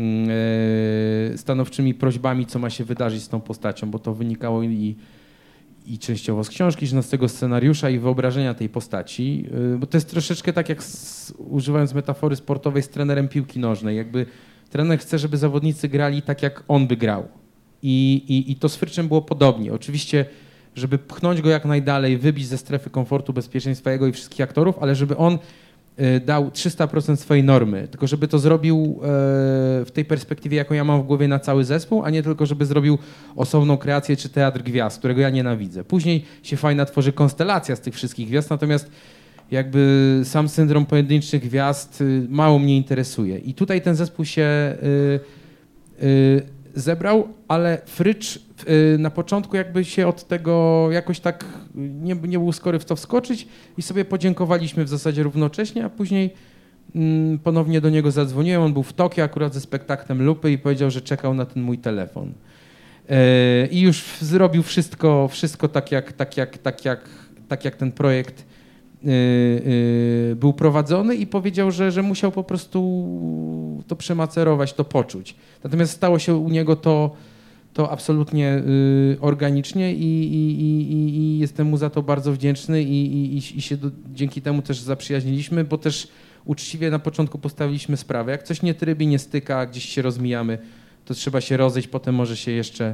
yy, stanowczymi prośbami, co ma się wydarzyć z tą postacią, bo to wynikało i i częściowo z książki, że no z tego scenariusza i wyobrażenia tej postaci, y, bo to jest troszeczkę tak jak z, używając metafory sportowej z trenerem piłki nożnej. Jakby trener chce, żeby zawodnicy grali tak, jak on by grał. I, i, i to z Fryczem było podobnie. Oczywiście, żeby pchnąć go jak najdalej, wybić ze strefy komfortu, bezpieczeństwa jego i wszystkich aktorów, ale żeby on y, dał trzysta procent swojej normy. Tylko żeby to zrobił y, w tej perspektywie, jaką ja mam w głowie na cały zespół, a nie tylko, żeby zrobił osobną kreację czy teatr gwiazd, którego ja nienawidzę. Później się fajna tworzy konstelacja z tych wszystkich gwiazd, natomiast jakby sam syndrom pojedynczych gwiazd y, mało mnie interesuje. I tutaj ten zespół się y, y, zebrał, ale Frycz y, na początku jakby się od tego jakoś tak nie, nie był skory w to wskoczyć i sobie podziękowaliśmy w zasadzie równocześnie, a później mm, ponownie do niego zadzwoniłem. On był w Tokio akurat ze spektaklem Lupy i powiedział, że czekał na ten mój telefon. Y, I już zrobił wszystko, wszystko tak, jak, tak, jak, tak, jak, tak jak ten projekt y, y, był prowadzony i powiedział, że, że musiał po prostu to przemacerować, to poczuć. Natomiast stało się u niego to, to absolutnie y, organicznie i, i, i, i jestem mu za to bardzo wdzięczny i, i, i się do, dzięki temu też zaprzyjaźniliśmy, bo też uczciwie na początku postawiliśmy sprawę. Jak coś nie trybi, nie styka, gdzieś się rozmijamy, to trzeba się rozejść, potem może się jeszcze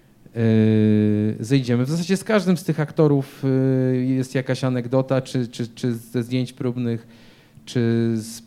y, zejdziemy. W zasadzie z każdym z tych aktorów y, jest jakaś anegdota, czy, czy, czy ze zdjęć próbnych, czy z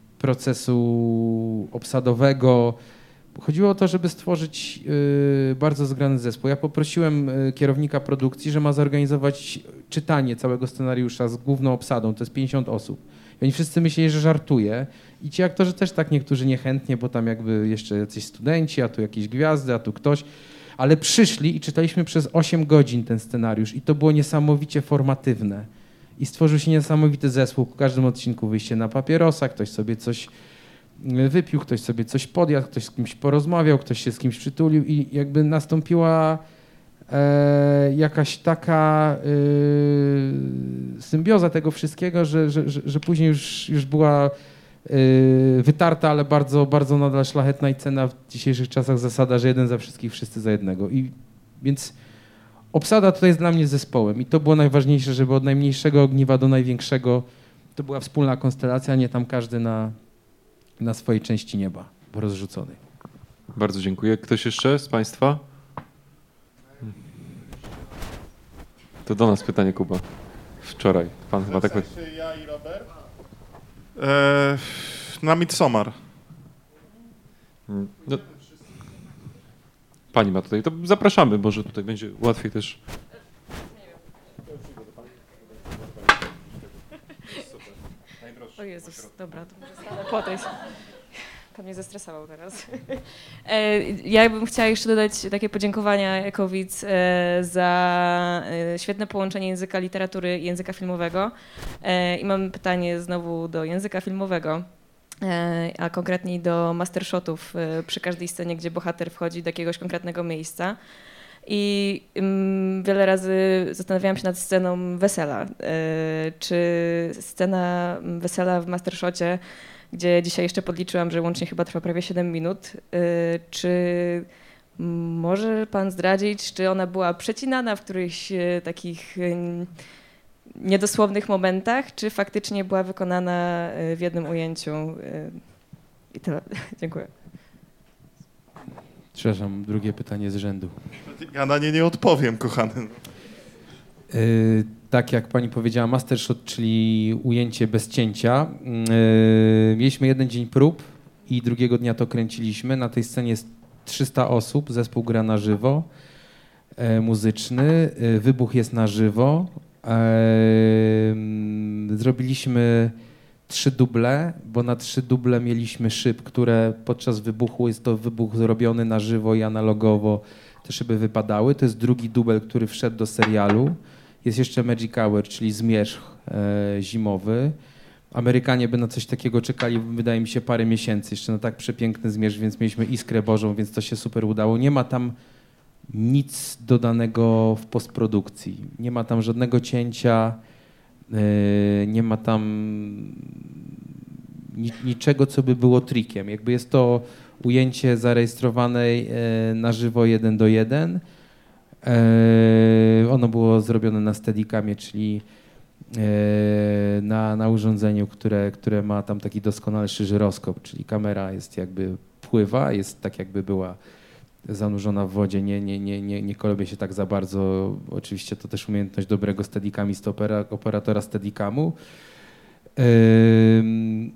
procesu obsadowego. Chodziło o to, żeby stworzyć y, bardzo zgrany zespół. Ja poprosiłem y, kierownika produkcji, że ma zorganizować czytanie całego scenariusza z główną obsadą, to jest pięćdziesiąt osób. I oni wszyscy myśleli, że żartuję. I ci aktorzy też tak niektórzy niechętnie, bo tam jakby jeszcze jacyś studenci, a tu jakieś gwiazdy, a tu ktoś. Ale przyszli i czytaliśmy przez osiem godzin ten scenariusz i to było niesamowicie formatywne. I stworzył się niesamowity zespół. Po każdym odcinku wyjście na papierosa, ktoś sobie coś wypił, ktoś sobie coś podjadł, ktoś z kimś porozmawiał, ktoś się z kimś przytulił i jakby nastąpiła e, jakaś taka e, symbioza tego wszystkiego, że, że, że, że później już, już była e, wytarta, ale bardzo, bardzo nadal szlachetna i cena w dzisiejszych czasach zasada, że jeden za wszystkich, wszyscy za jednego. I więc obsada tutaj jest dla mnie zespołem i to było najważniejsze, żeby od najmniejszego ogniwa do największego to była wspólna konstelacja, a nie tam każdy na na swojej części nieba rozrzucony. Bardzo dziękuję. Ktoś jeszcze z Państwa? To do nas pytanie, Kuba. Wczoraj. Pan chyba tak... W sensie ja i Robert? E, na Midsommar. No. Pani ma tutaj, to zapraszamy, może tutaj będzie łatwiej też. O Jezus, dobra, to może stanę po tej. Pan mnie zestresował teraz. E, ja bym chciała jeszcze dodać takie podziękowania jako widz e, za e, świetne połączenie języka literatury i języka filmowego. E, I mam pytanie znowu do języka filmowego, e, a konkretniej do mastershotów e, przy każdej scenie, gdzie bohater wchodzi do jakiegoś konkretnego miejsca. I um, wiele razy zastanawiałam się nad sceną wesela. E, czy scena wesela w Mastershocie, gdzie dzisiaj jeszcze podliczyłam, że łącznie chyba trwa prawie siedem minut, e, czy może pan zdradzić, czy ona była przecinana w którychś e, takich e, niedosłownych momentach, czy faktycznie była wykonana e, w jednym ujęciu? E, I tyle. Dziękuję. Przepraszam, drugie pytanie z rzędu. Ja na nie nie odpowiem, kochany. Yy, tak jak pani powiedziała, mastershot, czyli ujęcie bez cięcia. Yy, mieliśmy jeden dzień prób i drugiego dnia to kręciliśmy. Na tej scenie jest trzysta osób, zespół gra na żywo, yy, muzyczny, yy, wybuch jest na żywo. Yy, zrobiliśmy trzy duble, bo na trzy duble mieliśmy szyb, które podczas wybuchu, jest to wybuch zrobiony na żywo i analogowo, te szyby wypadały. To jest drugi dubel, który wszedł do serialu. Jest jeszcze Magic Hour, czyli zmierzch e, zimowy. Amerykanie by na coś takiego czekali, wydaje mi się, parę miesięcy jeszcze na tak przepiękny zmierzch, więc mieliśmy iskrę Bożą, więc to się super udało. Nie ma tam nic dodanego w postprodukcji. Nie ma tam żadnego cięcia, e, nie ma tam ni, niczego, co by było trikiem. Jakby jest to ujęcie zarejestrowane e, na żywo jeden do jeden. E, ono było zrobione na Steadicamie, czyli e, na, na urządzeniu, które, które ma tam taki doskonalszy żyroskop, czyli kamera jest jakby pływa, jest tak jakby była zanurzona w wodzie, nie, nie, nie, nie, nie kolebie się tak za bardzo. Oczywiście to też umiejętność dobrego steadicamisty, opera, operatora steadicamu. Ym,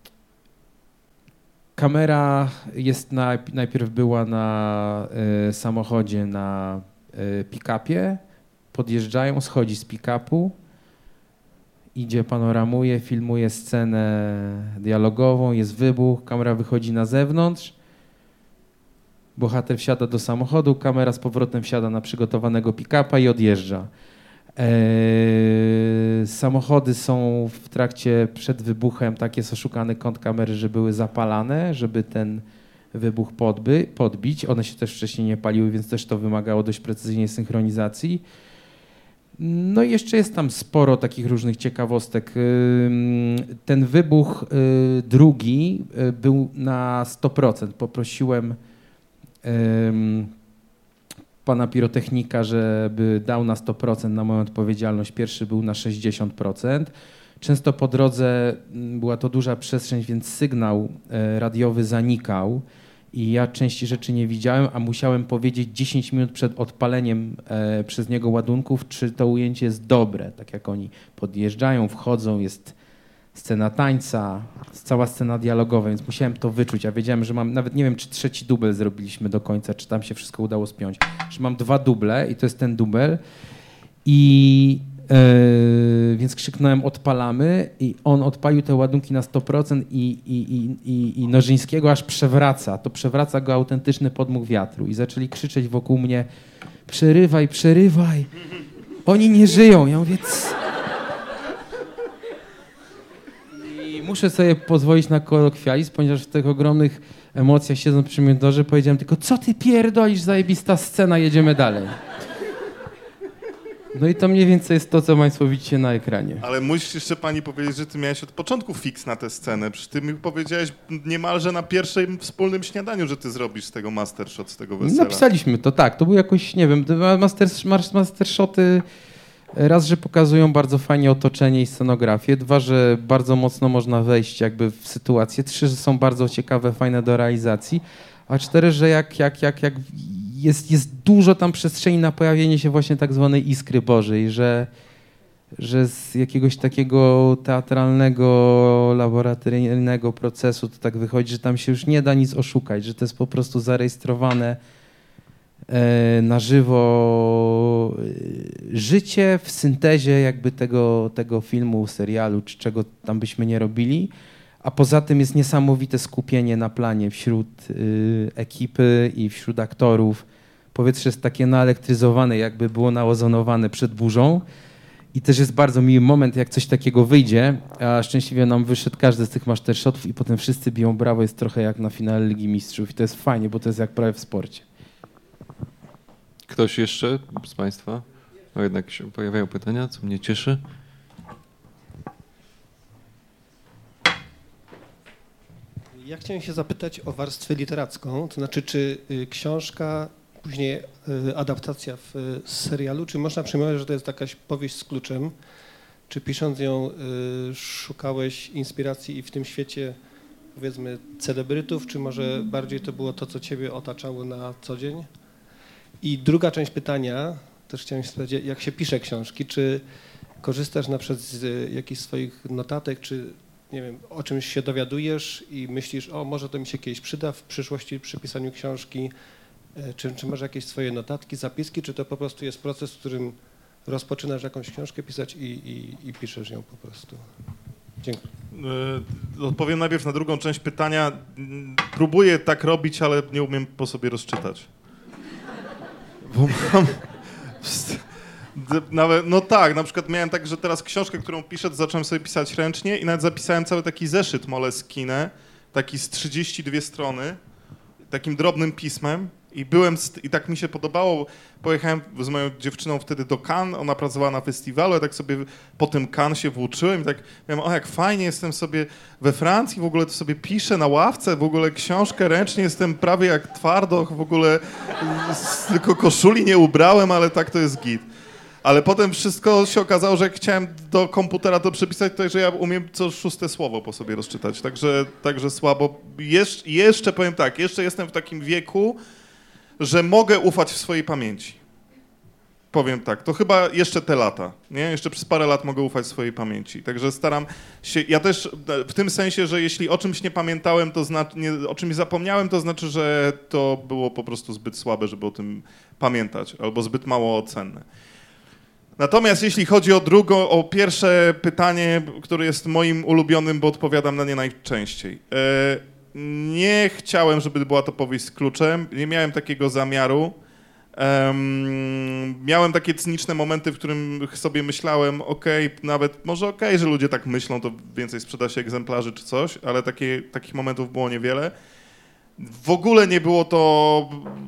kamera jest na, najpierw była na y, samochodzie na y, pick-upie, podjeżdżają, schodzi z pick-upu, idzie, panoramuje, filmuje scenę dialogową, jest wybuch, kamera wychodzi na zewnątrz, bohater wsiada do samochodu, kamera z powrotem wsiada na przygotowanego pick-upa i odjeżdża. Eee, samochody są w trakcie, przed wybuchem, tak jest oszukany kąt kamery, że były zapalane, żeby ten wybuch podby, podbić. One się też wcześniej nie paliły, więc też to wymagało dość precyzyjnej synchronizacji. No i jeszcze jest tam sporo takich różnych ciekawostek. Ten wybuch drugi był na sto procent. Poprosiłem pana pirotechnika, żeby dał na sto procent na moją odpowiedzialność. Pierwszy był na sześćdziesiąt procent. Często po drodze była to duża przestrzeń, więc sygnał radiowy zanikał i ja części rzeczy nie widziałem, a musiałem powiedzieć dziesięć minut przed odpaleniem e, przez niego ładunków, czy to ujęcie jest dobre. Tak jak oni podjeżdżają, wchodzą, jest scena tańca, cała scena dialogowa, więc musiałem to wyczuć. Ja wiedziałem, że mam, nawet nie wiem, czy trzeci dubel zrobiliśmy do końca, czy tam się wszystko udało spiąć, że mam dwa duble i to jest ten dubel. I Yy, więc krzyknąłem odpalamy i on odpalił te ładunki na sto procent i, i, i, i, i Nożyńskiego aż przewraca. To przewraca go autentyczny podmuch wiatru i zaczęli krzyczeć wokół mnie: przerywaj, przerywaj, oni nie żyją. Ja mówię: c... I muszę sobie pozwolić na kolokwializm, ponieważ w tych ogromnych emocjach siedząc przy monitorze powiedziałem tylko: co ty pierdolisz, zajebista scena, jedziemy dalej. No i to mniej więcej jest to, co państwo widzicie na ekranie. Ale musisz jeszcze pani powiedzieć, że ty miałeś od początku fix na tę scenę. Przecież ty mi powiedziałeś niemalże na pierwszym wspólnym śniadaniu, że ty zrobisz z tego mastershot, z tego wesela. Napisaliśmy to, tak. To był jakoś, nie wiem, master, mastershoty raz, że pokazują bardzo fajnie otoczenie i scenografię. Dwa, że bardzo mocno można wejść jakby w sytuację. Trzy, że są bardzo ciekawe, fajne do realizacji. A cztery, że jak, jak, jak, jak jest, jest dużo tam przestrzeni na pojawienie się właśnie tak zwanej iskry Bożej, że, że z jakiegoś takiego teatralnego, laboratoryjnego procesu to tak wychodzi, że tam się już nie da nic oszukać, że to jest po prostu zarejestrowane e, na żywo e, życie w syntezie jakby tego, tego filmu, serialu, czy czego tam byśmy nie robili. A poza tym jest niesamowite skupienie na planie wśród y, ekipy i wśród aktorów. Powietrze jest takie naelektryzowane, jakby było naozonowane przed burzą. I też jest bardzo miły moment, jak coś takiego wyjdzie, a szczęśliwie nam wyszedł każdy z tych mastershotów i potem wszyscy biją brawo. Jest trochę jak na finale Ligi Mistrzów i to jest fajnie, bo to jest jak prawie w sporcie. Ktoś jeszcze z państwa? No jednak się pojawiają pytania, co mnie cieszy. Ja chciałem się zapytać o warstwę literacką, to znaczy czy y, książka, później y, adaptacja w y, serialu, czy można przyjmować, że to jest jakaś powieść z kluczem, czy pisząc ją y, szukałeś inspiracji i w tym świecie, powiedzmy, celebrytów, czy może bardziej to było to, co ciebie otaczało na co dzień? I druga część pytania, też chciałem się spytać, jak się pisze książki, czy korzystasz na przykład z y, jakichś swoich notatek, czy nie wiem, o czymś się dowiadujesz i myślisz, o może to mi się kiedyś przyda w przyszłości przy pisaniu książki, czy, czy masz jakieś swoje notatki, zapiski, czy to po prostu jest proces, w którym rozpoczynasz jakąś książkę pisać i, i, i piszesz ją po prostu? Dziękuję. Odpowiem najpierw na drugą część pytania. Próbuję tak robić, ale nie umiem po sobie rozczytać. Bo mam... Nawet, no tak, na przykład miałem tak, że teraz książkę, którą piszę, to zacząłem sobie pisać ręcznie i nawet zapisałem cały taki zeszyt Moleskine, taki z trzydzieści dwie strony, takim drobnym pismem I byłem, st- i tak mi się podobało, pojechałem z moją dziewczyną wtedy do Cannes, ona pracowała na festiwalu, ja tak sobie po tym Cannes się włóczyłem i tak miałem, o jak fajnie, jestem sobie we Francji, w ogóle to sobie piszę na ławce, w ogóle książkę ręcznie, jestem prawie jak twardoch, w ogóle z, tylko koszuli nie ubrałem, ale tak to jest git. Ale potem wszystko się okazało, że jak chciałem do komputera to przepisać, to że ja umiem co szóste słowo po sobie rozczytać, także, także słabo. Jesz, jeszcze powiem tak, jeszcze jestem w takim wieku, że mogę ufać w swojej pamięci. Powiem tak, to chyba jeszcze te lata, nie? Jeszcze przez parę lat mogę ufać swojej pamięci. Także staram się, ja też w tym sensie, że jeśli o czymś nie pamiętałem, to znaczy, nie, o czymś zapomniałem, to znaczy, że to było po prostu zbyt słabe, żeby o tym pamiętać, albo zbyt mało cenne. Natomiast jeśli chodzi o drugą, o pierwsze pytanie, które jest moim ulubionym, bo odpowiadam na nie najczęściej. Nie chciałem, żeby była to powieść z kluczem, nie miałem takiego zamiaru. Um, miałem takie cyniczne momenty, w którym sobie myślałem, okej, okay, nawet może okej, okay, że ludzie tak myślą, to więcej sprzeda się egzemplarzy czy coś, ale takie, takich momentów było niewiele. W ogóle nie było to,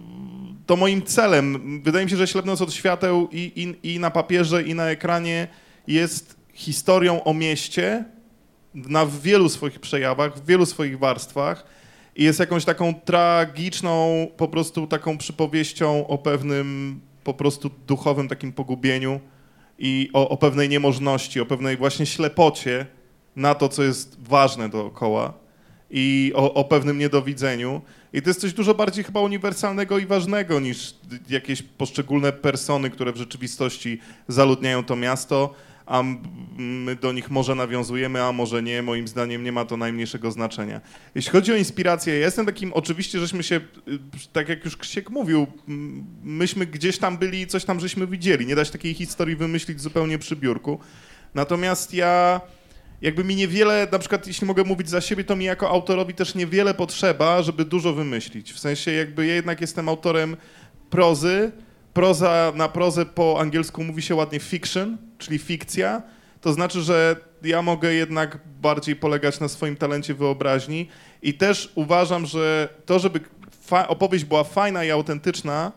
to moim celem. Wydaje mi się, że Ślepnąc od świateł i, i, i na papierze, i na ekranie jest historią o mieście na wielu swoich przejawach, w wielu swoich warstwach. I jest jakąś taką tragiczną, po prostu taką przypowieścią o pewnym po prostu duchowym takim pogubieniu i o, o pewnej niemożności, o pewnej właśnie ślepocie na to, co jest ważne dookoła i o, o pewnym niedowidzeniu. I to jest coś dużo bardziej chyba uniwersalnego i ważnego niż jakieś poszczególne persony, które w rzeczywistości zaludniają to miasto, a my do nich może nawiązujemy, a może nie. Moim zdaniem nie ma to najmniejszego znaczenia. Jeśli chodzi o inspirację, ja jestem takim, oczywiście, żeśmy się, tak jak już Krzysiek mówił, myśmy gdzieś tam byli i coś tam żeśmy widzieli. Nie da się takiej historii wymyślić zupełnie przy biurku. Natomiast ja, jakby mi niewiele, na przykład jeśli mogę mówić za siebie, to mi jako autorowi też niewiele potrzeba, żeby dużo wymyślić. W sensie jakby ja jednak jestem autorem prozy. Proza, na prozę po angielsku mówi się ładnie fiction, czyli fikcja. To znaczy, że ja mogę jednak bardziej polegać na swoim talencie wyobraźni i też uważam, że to, żeby fa- opowieść była fajna i autentyczna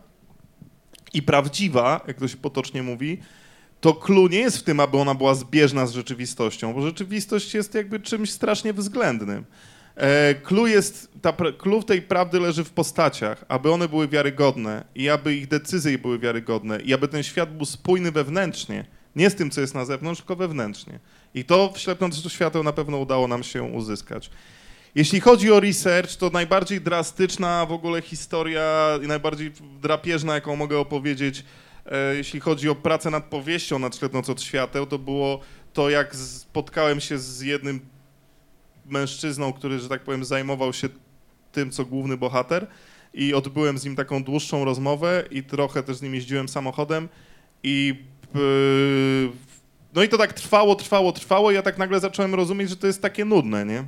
i prawdziwa, jak to się potocznie mówi, to clue nie jest w tym, aby ona była zbieżna z rzeczywistością, bo rzeczywistość jest jakby czymś strasznie względnym. Clue jest, ta, clue tej prawdy leży w postaciach, aby one były wiarygodne i aby ich decyzje były wiarygodne i aby ten świat był spójny wewnętrznie, nie z tym, co jest na zewnątrz, tylko wewnętrznie. I to w Ślepnąc od świateł na pewno udało nam się uzyskać. Jeśli chodzi o research, to najbardziej drastyczna w ogóle historia i najbardziej drapieżna, jaką mogę opowiedzieć, e, jeśli chodzi o pracę nad powieścią nad Ślepnąc od świateł, to było to, jak spotkałem się z jednym mężczyzną, który, że tak powiem, zajmował się tym, co główny bohater i odbyłem z nim taką dłuższą rozmowę i trochę też z nim jeździłem samochodem i yy, no i to tak trwało, trwało, trwało i ja tak nagle zacząłem rozumieć, że to jest takie nudne, nie?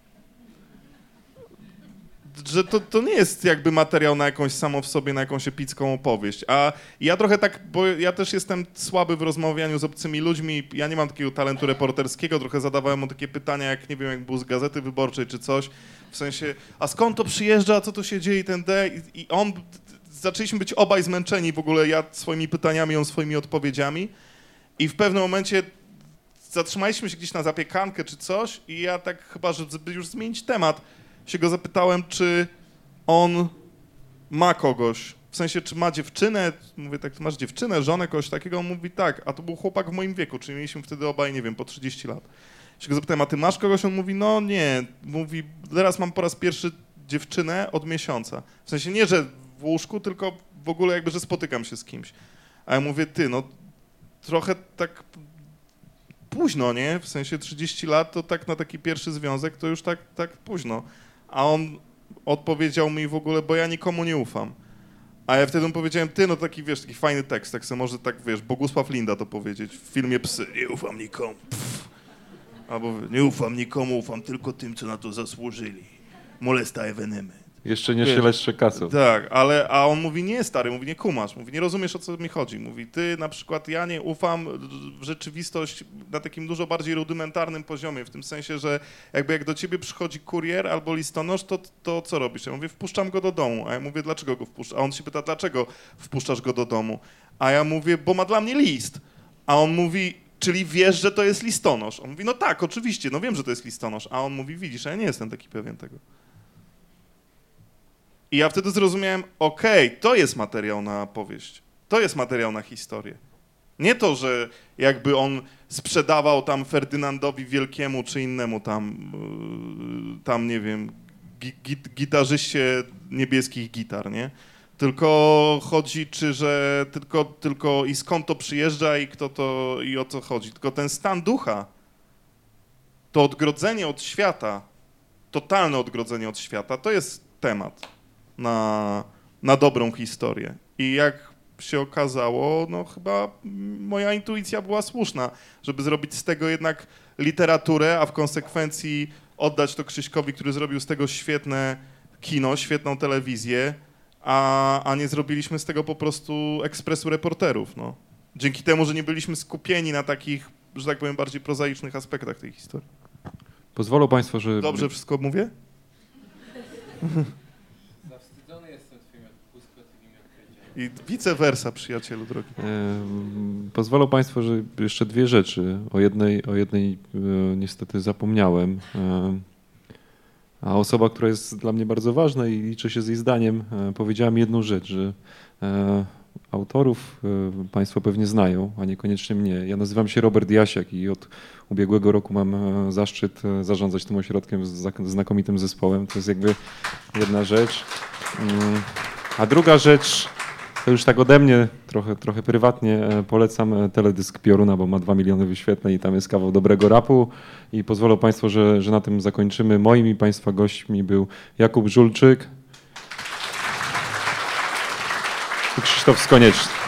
Że to, to nie jest jakby materiał na jakąś samo w sobie, na jakąś epicką opowieść. A ja trochę tak, bo ja też jestem słaby w rozmawianiu z obcymi ludźmi, ja nie mam takiego talentu reporterskiego, trochę zadawałem mu takie pytania, jak nie wiem, jak był z Gazety Wyborczej czy coś, w sensie, a skąd to przyjeżdża, a co to się dzieje, ten D, i, i on, zaczęliśmy być obaj zmęczeni w ogóle, ja swoimi pytaniami, on swoimi odpowiedziami i w pewnym momencie zatrzymaliśmy się gdzieś na zapiekankę czy coś i ja tak chyba, żeby już zmienić temat, się go zapytałem, czy on ma kogoś, w sensie, czy ma dziewczynę, mówię tak, masz dziewczynę, żonę, kogoś takiego, on mówi tak, a to był chłopak w moim wieku, czyli mieliśmy wtedy obaj, nie wiem, po trzydzieści lat. Się go zapytałem, a ty masz kogoś? On mówi, no nie, mówi, teraz mam po raz pierwszy dziewczynę od miesiąca. W sensie nie, że w łóżku, tylko w ogóle jakby, że spotykam się z kimś. A ja mówię, ty, no trochę tak późno, nie? W sensie trzydzieści lat to tak na taki pierwszy związek to już tak, tak późno. A on odpowiedział mi w ogóle, bo ja nikomu nie ufam. A ja wtedy mu powiedziałem, ty, no taki, wiesz, taki fajny tekst, tak sobie może tak, wiesz, Bogusław Linda to powiedzieć w filmie Psy. Nie ufam nikomu. Pff. Albo nie ufam nikomu, ufam tylko tym, co na to zasłużyli. Molesta evenement. Jeszcze nie Wiesz, szeleszcze kasą. Tak, ale a on mówi, nie stary, mówi, nie kumasz, mówi, nie rozumiesz, o co mi chodzi. Mówi, ty na przykład, ja nie ufam w rzeczywistość na takim dużo bardziej rudymentarnym poziomie, w tym sensie, że jakby jak do ciebie przychodzi kurier albo listonosz, to, to co robisz? Ja mówię, wpuszczam go do domu, a ja mówię, dlaczego go wpuszczam? A on się pyta, dlaczego wpuszczasz go do domu? A ja mówię, bo ma dla mnie list. A on mówi, czyli wiesz, że to jest listonosz? On mówi, no tak, oczywiście, no wiem, że to jest listonosz. A on mówi, widzisz, a ja nie jestem taki pewien tego. I ja wtedy zrozumiałem, okej, okay, to jest materiał na powieść, to jest materiał na historię. Nie to, że jakby on sprzedawał tam Ferdynandowi Wielkiemu czy innemu tam, yy, tam nie wiem, gi git gitarzyście niebieskich gitar, nie? Tylko chodzi, czy że tylko, tylko i skąd to przyjeżdża i kto to, i o co chodzi. Tylko ten stan ducha, to odgrodzenie od świata, totalne odgrodzenie od świata, to jest temat na, na dobrą historię. I jak się okazało, no chyba moja intuicja była słuszna, żeby zrobić z tego jednak literaturę, a w konsekwencji oddać to Krzyśkowi, który zrobił z tego świetne kino, świetną telewizję, a, a nie zrobiliśmy z tego po prostu ekspresu reporterów. No. Dzięki temu, że nie byliśmy skupieni na takich, że tak powiem, bardziej prozaicznych aspektach tej historii. Pozwolą Państwo, że... Dobrze wszystko mówię? Zawstydzony jestem twoimi błyskotliwymi odpowiedziami. I vice versa, przyjacielu drogi. E, pozwolą Państwo, że jeszcze dwie rzeczy. O jednej, o jednej e, niestety zapomniałem. E, a osoba, która jest dla mnie bardzo ważna i liczy się z jej zdaniem, e, powiedziała mi jedną rzecz, że e, autorów e, Państwo pewnie znają, a niekoniecznie mnie. Ja nazywam się Robert Jasiak i od ubiegłego roku mam e, zaszczyt e, zarządzać tym ośrodkiem z zak- znakomitym zespołem. To jest jakby jedna rzecz. Mm, a druga rzecz, to już tak ode mnie, trochę, trochę prywatnie, e, polecam e, teledysk Pioruna, bo ma dwa miliony wyświetleń i tam jest kawał dobrego rapu. I pozwolą Państwo, że, że na tym zakończymy. Moim i Państwa gośćmi był Jakub Żulczyk i Krzysztof Skonieczny.